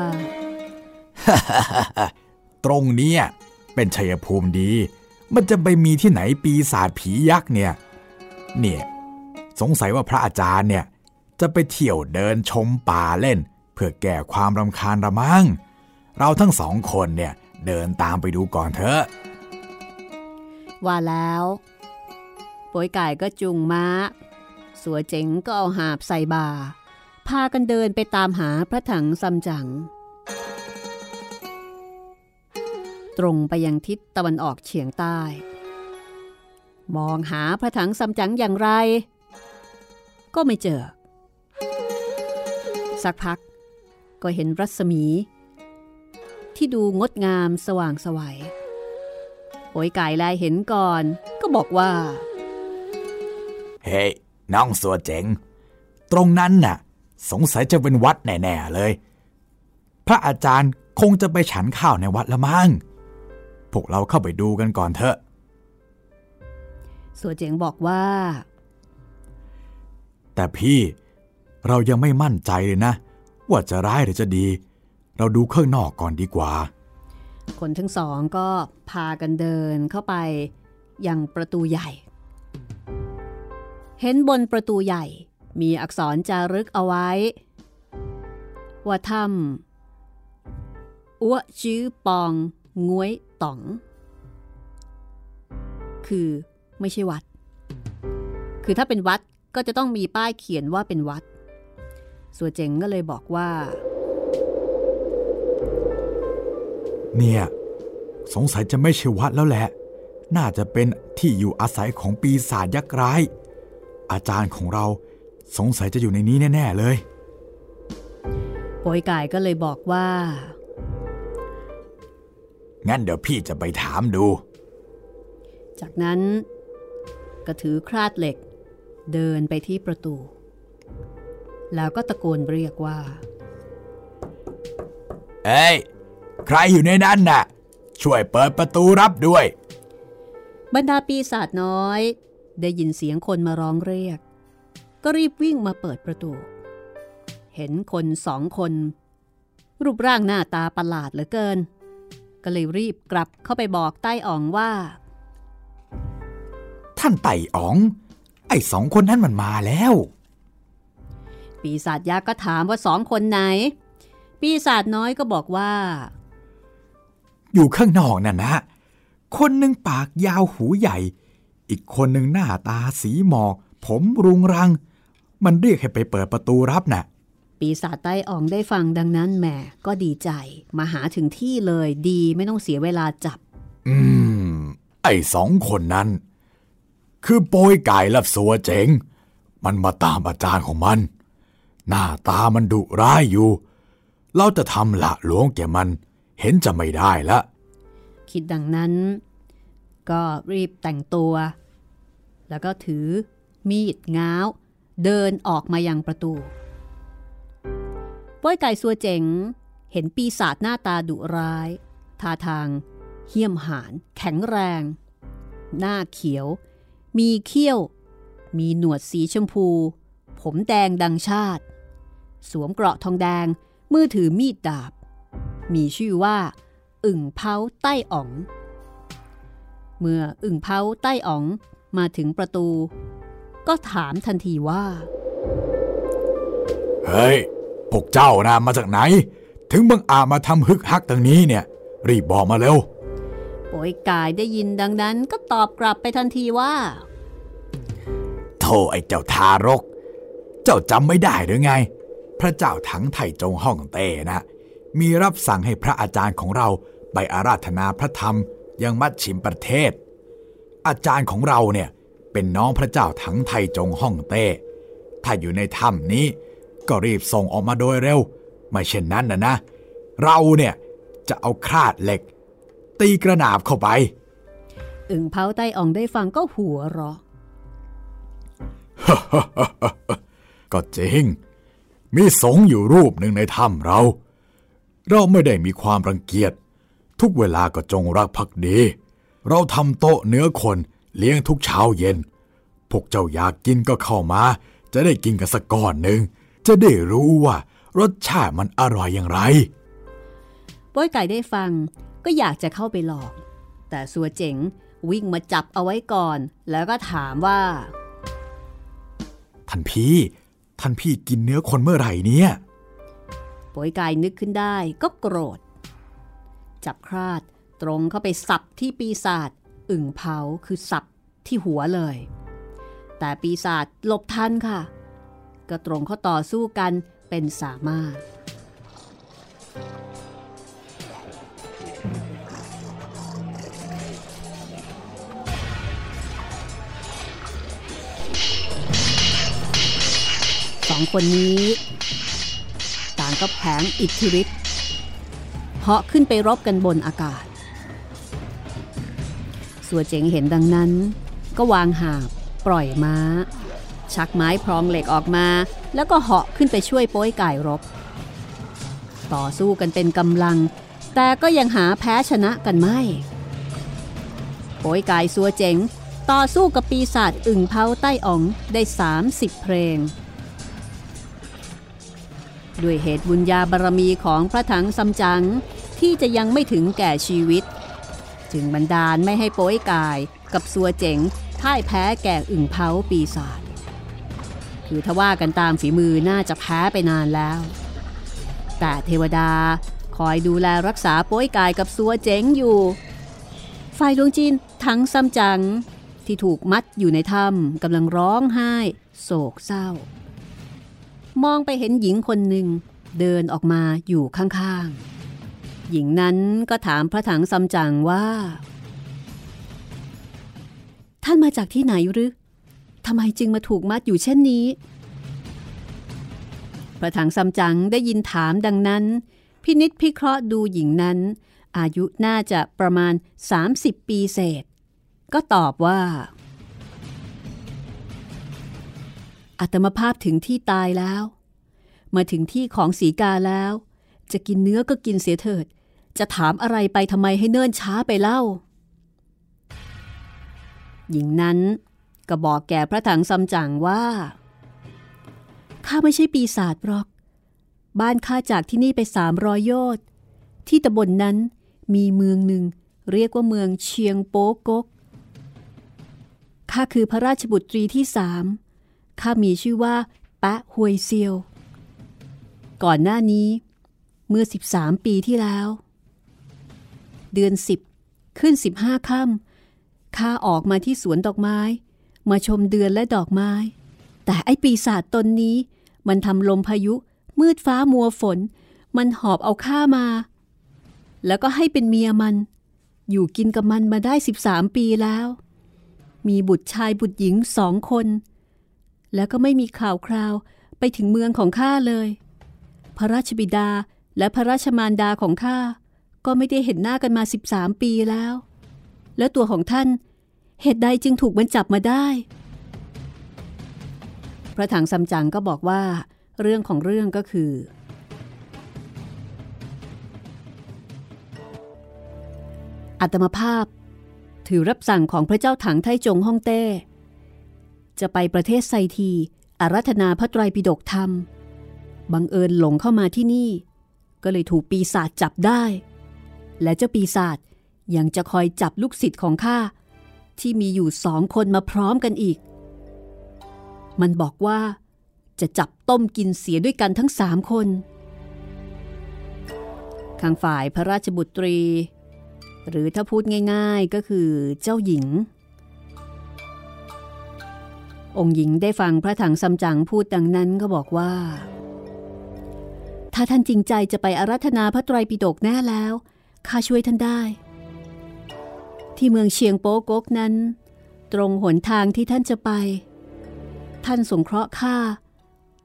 ตรงนี้เป็นชัยภูมิดีมันจะไปมีที่ไหนปีศาจผียักษ์เนี่ยสงสัยว่าพระอาจารย์เนี่ยจะไปเที่ยวเดินชมป่าเล่นเพื่อแก้ความรำคาญละมั้งเราทั้ง2 คนเนี่ยเดินตามไปดูก่อนเถอะว่าแล้วโป๋ยไก่ก็จูงม้าสัวเจ๋งก็เอาหาบใส่บ่าพากันเดินไปตามหาพระถังซัมจั๋งตรงไปยังทิศตะวันออกเฉียงใต้มองหาพระถังซัมจั๋งอย่างไรก็ไม่เจอสักพักก็เห็นรัศมีที่ดูงดงามสว่างไสวโป๋ยไก่แลเห็นก่อนก็บอกว่าเฮ้ยน้องสัวเจ๋งตรงนั้นน่ะสงสัยจะเป็นวัดแน่ๆเลยพระอาจารย์คงจะไปฉันข้าวในวัดละมั้งพวกเราเข้าไปดูกันก่อนเถอะสัวเจ๋งบอกว่าแต่พี่เรายังไม่มั่นใจเลยนะว่าจะร้ายหรือจะดีเราดูข้างนอกก่อนดีกว่าคนทั้งสองก็พากันเดินเข้าไปยังประตูใหญ่เห็นบนประตูใหญ่มีอักษรจารึกเอาไว้ว่าถ้ำอั่วจื้อปองงวยต๋องคือไม่ใช่วัดคือถ้าเป็นวัดก็จะต้องมีป้ายเขียนว่าเป็นวัดสัวเจ๋งก็เลยบอกว่าเนี่ยสงสัยจะไม่ใช่วัดแล้วแหละน่าจะเป็นที่อยู่อาศัยของปีศาจยักษ์ร้ายอาจารย์ของเราสงสัยจะอยู่ในนี้แน่ๆเลยโป๋ยไก่ก็เลยบอกว่างั้นเดี๋ยวพี่จะไปถามดูจากนั้นก็ถือคราดเหล็กเดินไปที่ประตูแล้วก็ตะโกนเรียกว่าเอ้ยใครอยู่ในนั้นน่ะช่วยเปิดประตูรับด้วยบรรดาปีศาจน้อยได้ยินเสียงคนมาร้องเรียกก็รีบวิ่งมาเปิดประตูเห็นคน2 คนรูปร่างหน้าตาประหลาดเหลือเกินก็เลยรีบกลับเข้าไปบอกไต้อ๋องว่าท่านไต้อ๋องไอ้2 คนนั้นมันมาแล้วปีศาจยักษ์ก็ถามว่า2 คนไหนปีศาจน้อยก็บอกว่าอยู่ข้างนอกนั่นนะคนหนึ่งปากยาวหูใหญ่อีกคนหนึ่งหน้าตาสีหมอกผมรุงรังมันเรียกให้ไปเปิดประตูรับน่ะปีศาจไต้อ๋องได้ฟังดังนั้นแหมก็ดีใจมาหาถึงที่เลยดีไม่ต้องเสียเวลาจับไอ้2 คนนั้นคือโป๋ยไก่และสัวเจ๋งมันมาตามอาจารย์ของมันหน้าตามันดุร้ายอยู่เราจะทำละหลวงแกมันเห็นจะไม่ได้ละคิดดังนั้นก็รีบแต่งตัวแล้วก็ถือมีดง้าวเดินออกมายังประตูโป๋ยไก่สัวเจ๋งเห็นปีศาจหน้าตาดุร้ายท่าทางเหี้ยมหาญแข็งแรงหน้าเขียวมีเขี้ยวมีหนวดสีชมพูผมแดงดังชาติสวมเกราะทองแดงมือถือมีดดาบมีชื่อว่าอึ่งเผาไต้อ๋องเมื่ออึ่งเผาไต้อ๋องมาถึงประตูก็ถามทันทีว่าเฮ้ยพวกเจ้านะมาจากไหนถึงบังอาจมาทำฮึกฮักตรงนี้เนี่ยรีบบอกมาเร็วโป๋ยไก่ได้ยินดังนั้นก็ตอบกลับไปทันทีว่าโธ่ไอ้เจ้าทารกเจ้าจำไม่ได้หรือไงพระเจ้าถังไถ่จงฮ่องเต้นะมีรับสั่งให้พระอาจารย์ของเราไปอาราธนาพระธรรมยังมัชชิมประเทศอาจารย์ของเราเนี่ยเป็นน้องพระเจ้าถังไถ่จงฮ่องเต้ถ้าอยู่ในถ้ำนี้ก็รีบส่งออกมาโดยเร็วไม่เช่นนั้นนะเราเนี่ยจะเอาคราดเหล็กตีกระหนาบเข้าไปอึ่งเผาไต้อ่องได้ฟังก็หัวเราะก็จริงมีสงฆ์อยู่รูปหนึ่งในถ้ำเราไม่ได้มีความรังเกียจทุกเวลาก็จงรักภักดีเราทำโต๊ะเนื้อคนเลี้ยงทุกเช้าเย็นพวกเจ้าอยากกินก็เข้ามาจะได้กินกันสักก้อนหนึ่งจะได้รู้ว่ารสชาติมันอร่อยอย่างไรโป้ยไก่ได้ฟังก็อยากจะเข้าไปลองแต่สัวเจ๋งวิ่งมาจับเอาไว้ก่อนแล้วก็ถามว่าท่านพี่กินเนื้อคนเมื่อไหร่เนี่ยโป้ยไก่นึกขึ้นได้ก็โกรธจับคราดตรงเข้าไปสับที่ปีศาจอึ่งเผาคือสับที่หัวเลยแต่ปีศาจหลบทันค่ะก็ตรงเข้าต่อสู้กันเป็นสามารถสองคนนี้ต่างก็แผลงอิทธิฤทธิ์เหาะขึ้นไปรบกันบนอากาศสัวเจ๋งเห็นดังนั้นก็วางหาบปล่อยม้าชักไม้พรองเหล็กออกมาแล้วก็เหาะขึ้นไปช่วยโป้ยไก่รบต่อสู้กันเป็นกำลังแต่ก็ยังหาแพ้ชนะกันไม่โป้ยไก่สัวเจ๋งต่อสู้กับปีศาจอึ่งเผาไต้อ๋องได้30เพลงด้วยเหตุบุญญาบารมีของพระถังซัมจั๋งที่จะยังไม่ถึงแก่ชีวิตจึงบันดาลไม่ให้โป้ยกายกับสัวเจ๋งพ่ายแพ้แก่อึ่งเผาปีศาจคือถ้าว่ากันตามฝีมือน่าจะแพ้ไปนานแล้วแต่เทวดาคอยดูแลรักษาโป้ยกายกับสัวเจ๋งอยู่ฝ่ายดวงจีนถังซัมจั๋งที่ถูกมัดอยู่ในถ้ำกำลังร้องไห้โศกเศร้ามองไปเห็นหญิงคนหนึ่งเดินออกมาอยู่ข้างๆหญิงนั้นก็ถามพระถังซัมจั๋งว่าท่านมาจากที่ไหนหรือทำไมจึงมาถูกมัดอยู่เช่นนี้พระถังซัมจั๋งได้ยินถามดังนั้นพินิจพิเคราะห์ดูหญิงนั้นอายุน่าจะประมาณ30ปีเศษก็ตอบว่าอาตมาภาพถึงที่ตายแล้วมาถึงที่ของสีกาแล้วจะกินเนื้อก็กินเสียเถิดจะถามอะไรไปทำไมให้เนิ่นช้าไปเล่าหญิงนั้นก็บอกแก่พระถังซัมจั๋งว่าข้าไม่ใช่ปีศาจหรอกบ้านข้าจากที่นี่ไป300 โยชน์ที่ตำบล นั้นมีเมืองหนึ่งเรียกว่าเมืองเชียงโป๊กกข้าคือพระราชบุตรีที่3ข้ามีชื่อว่าแปะฮวยเซียวก่อนหน้านี้เมื่อ13 ปีที่แล้วเดือน10ขึ้น15 ค่ำข้าออกมาที่สวนดอกไม้มาชมเดือนและดอกไม้แต่ไอ้ปีศาจตนนี้มันทำลมพายุมืดฟ้ามัวฝนมันหอบเอาข้ามาแล้วก็ให้เป็นเมียมันอยู่กินกับมันมาได้13 ปีแล้วมีบุตรชายบุตรหญิง2 คนแล้วก็ไม่มีข่าวคราวไปถึงเมืองของข้าเลยพระราชบิดาและพระราชมารดาของข้าก็ไม่ได้เห็นหน้ากันมา13 ปีแล้วแล้วตัวของท่านเหตุใดจึงถูกมันจับมาได้พระถังซัมจั๋งก็บอกว่าเรื่องของเรื่องก็คืออาตมาภาพถือรับสั่งของพระเจ้าถังไทจงฮ่องเต้จะไปประเทศไซทีอาราธนาพระไตรปิฎกธรรมบังเอิญหลงเข้ามาที่นี่ก็เลยถูกปีศาจจับได้และเจ้าปีศาจยังจะคอยจับลูกศิษย์ของข้าที่มีอยู่2 คนมาพร้อมกันอีกมันบอกว่าจะจับต้มกินเสียด้วยกันทั้ง3 คนข้างฝ่ายพระราชบุตรีหรือถ้าพูดง่ายๆก็คือเจ้าหญิงองค์หญิงได้ฟังพระถังซัมจั๋งพูดดังนั้นก็บอกว่าถ้าท่านจริงใจจะไปอาราธนาพระไตรปิฎกแน่แล้วข้าช่วยท่านได้ที่เมืองเชียงโป๊กกนั้นตรงหนทางที่ท่านจะไปท่านสงเคราะห์ข้า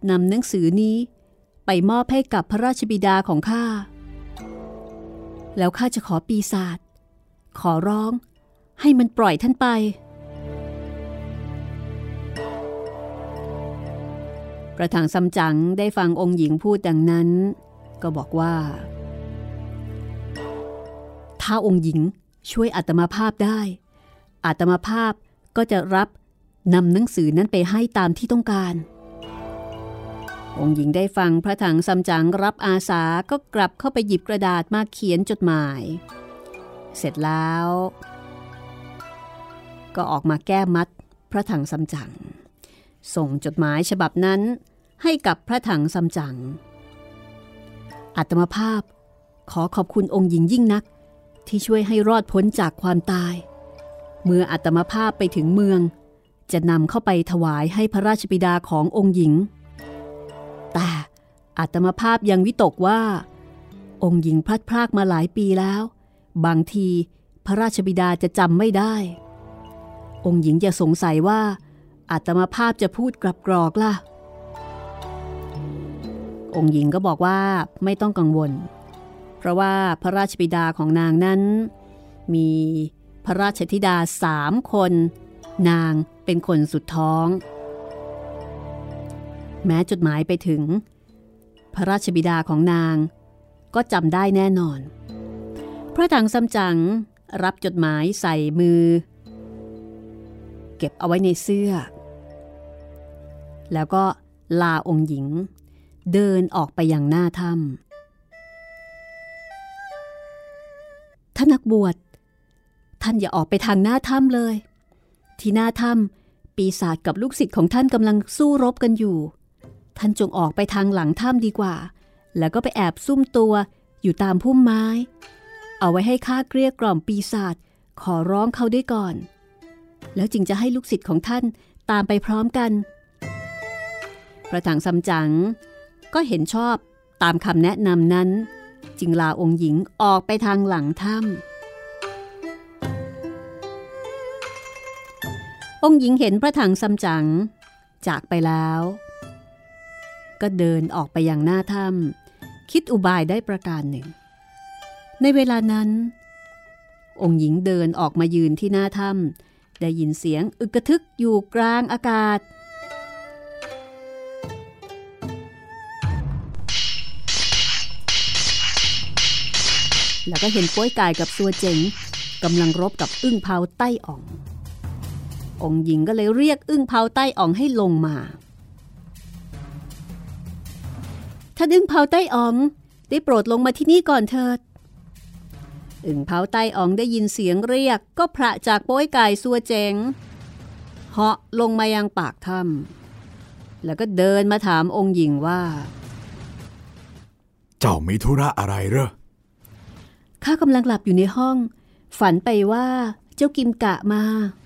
นำหนังสือนี้ไปมอบให้กับพระราชบิดาของข้าแล้วข้าจะขอปีศาจขอร้องให้มันปล่อยท่านไปพระถังซัมจั๋งได้ฟังองค์หญิงพูดดังนั้นก็บอกว่าถ้าองค์หญิงช่วยอาตมาภาพได้อาตมาภาพก็จะรับนำหนังสือนั้นไปให้ตามที่ต้องการองค์หญิงได้ฟังพระถังซัมจั๋งรับอาสาก็กลับเข้าไปหยิบกระดาษมาเขียนจดหมายเสร็จแล้วก็ออกมาแก้มัดพระถังซัมจั๋งส่งจดหมายฉบับนั้นให้กับพระถังซัมจั๋งอาตมาภาพขอขอบคุณองค์หญิงยิ่งนักที่ช่วยให้รอดพ้นจากความตายเมื่ออาตมาภาพไปถึงเมืองจะนำเข้าไปถวายให้พระราชบิดาขององค์หญิงแต่อาตมาภาพยังวิตกว่าองค์หญิงพลัดพรากมาหลายปีแล้วบางทีพระราชบิดาจะจำไม่ได้องค์หญิงจะสงสัยว่าอาตมาภาพจะพูดกลับกรอกล่ะองค์หญิงก็บอกว่าไม่ต้องกังวลเพราะว่าพระราชบิดาของนางนั้นมีพระราชธิดา3 คนนางเป็นคนสุดท้องแม้จดหมายไปถึงพระราชบิดาของนางก็จำได้แน่นอนพระถังซัมจั๋งรับจดหมายใส่มือเก็บเอาไว้ในเสื้อแล้วก็ลาองค์หญิงเดินออกไปยังหน้าถ้ำท่านนักบวชท่านอย่าออกไปทางหน้าถ้ำเลยที่หน้าถ้ำปีศาจกับลูกศิษย์ของท่านกำลังสู้รบกันอยู่ท่านจงออกไปทางหลังถ้ำดีกว่าแล้วก็ไปแอบซุ่มตัวอยู่ตามพุ่มไม้เอาไว้ให้ข้าเกลี้ยกล่อมปีศาจขอร้องเขาได้ก่อนแล้วจึงจะให้ลูกศิษย์ของท่านตามไปพร้อมกันพระถังซัมจั๋งก็เห็นชอบตามคำแนะนำนั้นจึงลาองค์หญิงออกไปทางหลังถ้ำองค์หญิงเห็นพระถังซัมจั๋งจากไปแล้วก็เดินออกไปยังหน้าถ้ำคิดอุบายได้ประการหนึ่งในเวลานั้นองค์หญิงเดินออกมายืนที่หน้าถ้ำได้ยินเสียงอึกกระทึกอยู่กลางอากาศแล้วก็เห็นโป้ยกายกับซัวเจ๋งกำลังรบกับอึ้งเผาไต้อ๋ององค์หญิงก็เลยเรียกอึ้งเผาไต้อ๋องให้ลงมาท่านอึ้งเผาไต้อ๋องได้โปรดลงมาที่นี่ก่อนเถิดอึ่งเผาไต้อ๋องได้ยินเสียงเรียกก็พระจากโป้ยกายซัวเจ๋งเหาะลงมายังปากถ้ำแล้วก็เดินมาถามองค์หญิงว่าเจ้ามีธุระอะไรเหรอข้ากำลังหลับอยู่ในห้องฝันไปว่าเจ้ากิมกะมา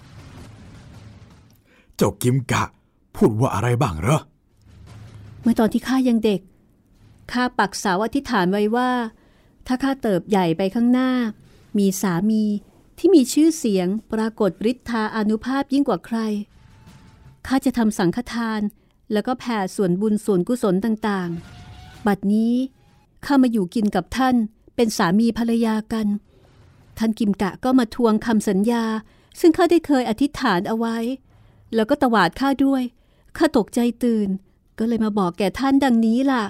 เจ้ากิมกะพูดว่าอะไรบ้างเหรอเมื่อตอนที่ข้ายังเด็กข้าปักเสาอธิษฐานไว้ว่าถ้าข้าเติบใหญ่ไปข้างหน้ามีสามีที่มีชื่อเสียงปรากฏฤทธาอานุภาพยิ่งกว่าใครข้าจะทำสังฆทานแล้วก็แผ่ส่วนบุญส่วนกุศลต่างๆบัดนี้ข้ามาอยู่กินกับท่านเป็นสามีภรรยากันท่านกิมกะก็มาทวงคำสัญญาซึ่งข้าได้เคยอธิษฐานเอาไว้แล้วก็ตวาดข้าด้วยข้าตกใจตื่นก็เลยมาบอกแก่ท่านดังนี้ล่ะ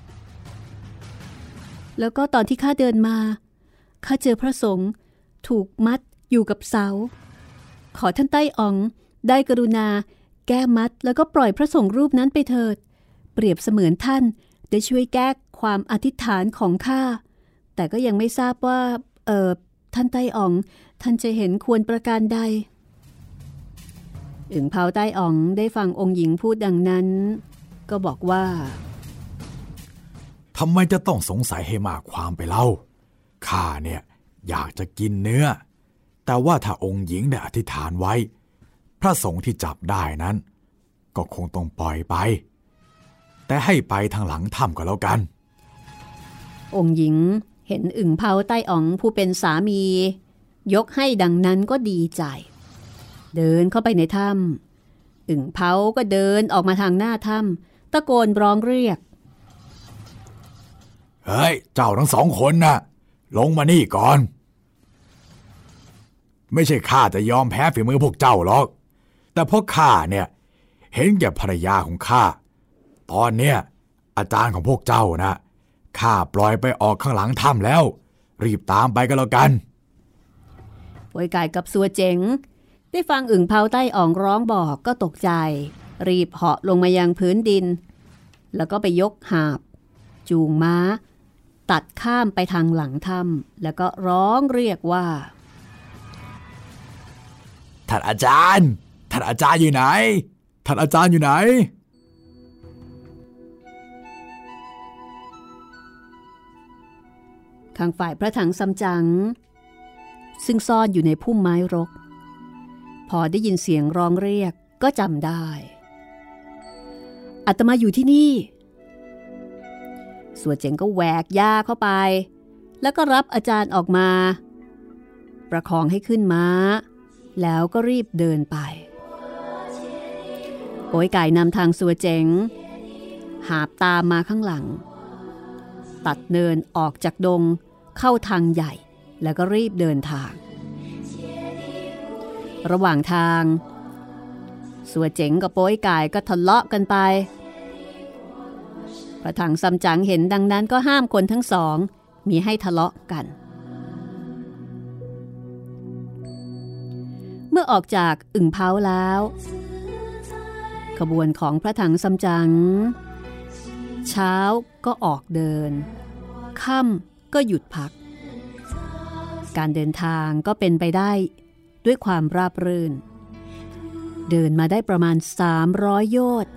แล้วก็ตอนที่ข้าเดินมาข้าเจอพระสงฆ์ถูกมัดอยู่กับเสาขอท่านไต้อ๋องได้กรุณาแก้มัดแล้วก็ปล่อยพระสงฆ์รูปนั้นไปเถิดเปรียบเสมือนท่านได้ช่วยแก้ความอธิษฐานของข้าแต่ก็ยังไม่ทราบว่าท่านไต้อ๋องท่านจะเห็นควรประการใดอึ่งเผาไต้อ๋องได้ฟังองค์หญิงพูดดังนั้นก็บอกว่าทำไมจะต้องสงสัยให้มากความไปเล่าข้าเนี่ยอยากจะกินเนื้อแต่ว่าถ้าองค์หญิงได้อธิษฐานไว้พระสงฆ์ที่จับได้นั้นก็คงต้องปล่อยไปแต่ให้ไปทางหลังถ้ำก็แล้วกันองค์หญิงเห็นอึ่งเผาไต้อ๋องผู้เป็นสามียกให้ดังนั้นก็ดีใจเดินเข้าไปในถ้ำอึ่งเผาก็เดินออกมาทางหน้าถ้ำตะโกนร้องเรียกเฮ้ยเจ้าทั้งสองคนน่ะลงมานี่ก่อนไม่ใช่ข้าจะยอมแพ้ฝีมือพวกเจ้าหรอกแต่เพราะข้าเนี่ยเห็นแก่ภรรยาของข้าตอนเนี้ยอาจารย์ของพวกเจ้านะข้าปล่อยไปออกข้างหลังถ้ำแล้วรีบตามไปกันแล้วกันป่วยไก่กับสัวเจ๋งได้ฟังอึ่งเผาใต้อ่องร้องบอกก็ตกใจรีบเหาะลงมายังพื้นดินแล้วก็ไปยกหาบจูงม้าตัดข้ามไปทางหลังถ้ำแล้วก็ร้องเรียกว่าท่านอาจารย์อยู่ไหนท่านอาจารย์อยู่ไหนข้างฝ่ายพระถังซัมจั๋งซึ่งซ่อนอยู่ในพุ่มไม้รกพอได้ยินเสียงร้องเรียกก็จำได้อาตมาอยู่ที่นี่สัวเจ๋งก็แหวกหญ้าเข้าไปแล้วก็รับอาจารย์ออกมาประคองให้ขึ้นม้าแล้วก็รีบเดินไปโป๋ยไก่นำทางสัวเจ๋งหาบตามมาข้างหลังตัดเนินออกจากดงเข้าทางใหญ่แล้วก็รีบเดินทางระหว่างทางสัวเจ๋งกับโป๋ยไก่ก็ทะเลาะกันไปพระถังซัมจั๋งเห็นดังนั้นก็ห้ามคนทั้งสองมีให้ทะเลาะกันเมื่อออกจากอึ่งเผาแล้วขบวนของพระถังซัมจั๋งเช้าก็ออกเดินค่ำก็หยุดพักการเดินทางก็เป็นไปได้ด้วยความราบรื่นเดินมาได้ประมาณ300โยชน์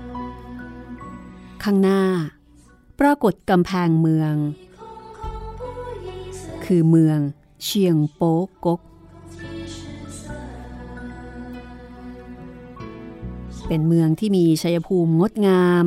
ข้างหน้าปรากฏกำแพงเมืองคือเมืองเชียงโป๊กกเป็นเมืองที่มีชัยภูมิงดงาม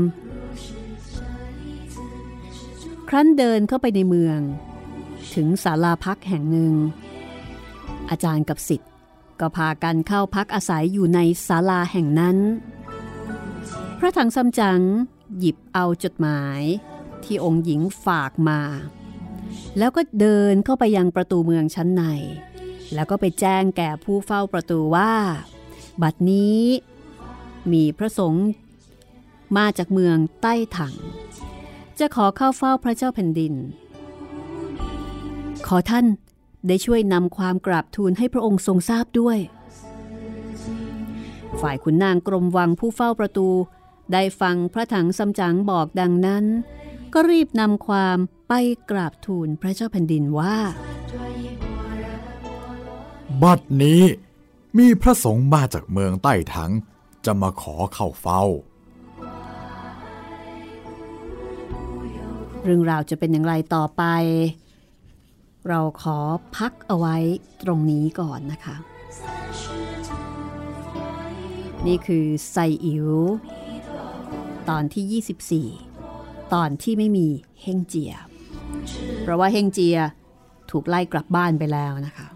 ครั้นเดินเข้าไปในเมืองถึงศาลาพักแห่งหนึ่งอาจารย์กับศิษย์ก็พากันเข้าพักอาศัยอยู่ในศาลาแห่งนั้นพระถังซัมจั๋งหยิบเอาจดหมายที่องค์หญิงฝากมาแล้วก็เดินเข้าไปยังประตูเมืองชั้นในแล้วก็ไปแจ้งแก่ผู้เฝ้าประตูว่าบัดนี้มีพระสงฆ์มาจากเมืองใต้ถังจะขอเข้าเฝ้าพระเจ้าแผ่นดินขอท่านได้ช่วยนำความกราบทูลให้พระองค์ทรงทราบด้วยฝ่ายขุนนางกรมวังผู้เฝ้าประตูได้ฟังพระถังซัมจั๋งบอกดังนั้นก็รีบนำความไปกราบทูลพระเจ้าแผ่นดินว่าบัดนี้มีพระสงฆ์มาจากเมืองใต้ถังจะมาขอเข้าเฝ้าเรื่องราวจะเป็นอย่างไรต่อไปเราขอพักเอาไว้ตรงนี้ก่อนนะคะนี่คือไซอิ๋วตอนที่24ตอนที่ไม่มีเฮงเจียเพราะว่าเฮงเจียถูกไล่กลับบ้านไปแล้วนะคะ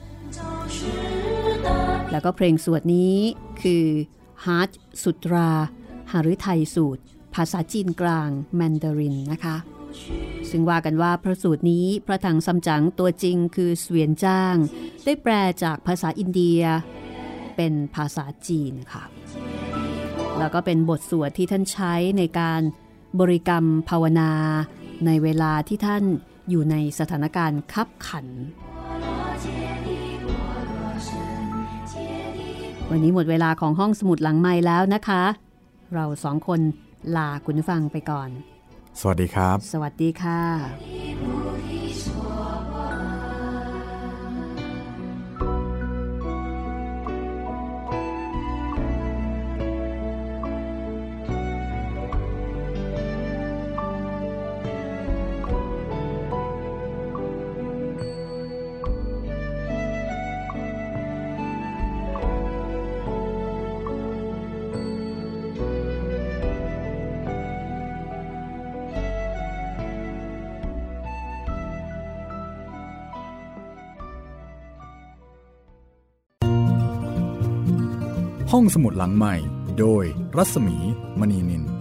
แล้วก็เพลงสวดนี้คือฮาร์ทสุตราหฤทัยสูตรภาษาจีนกลางแมนดารินนะคะซึ่งว่ากันว่าพระสูตรนี้พระถังซัมจั๋งตัวจริงคือเสวียนจ้างได้แปลจากภาษาอินเดียเป็นภาษาจีนค่ะแล้วก็เป็นบทสวดที่ท่านใช้ในการบริกรรมภาวนาในเวลาที่ท่านอยู่ในสถานการณ์คับขันวันนี้หมดเวลาของห้องสมุดหลังไมค์แล้วนะคะเราสองคนลาคุณผู้ฟังไปก่อนสวัสดีครับสวัสดีค่ะห้องสมุดหลังใหม่โดยรัศมีมณีนิน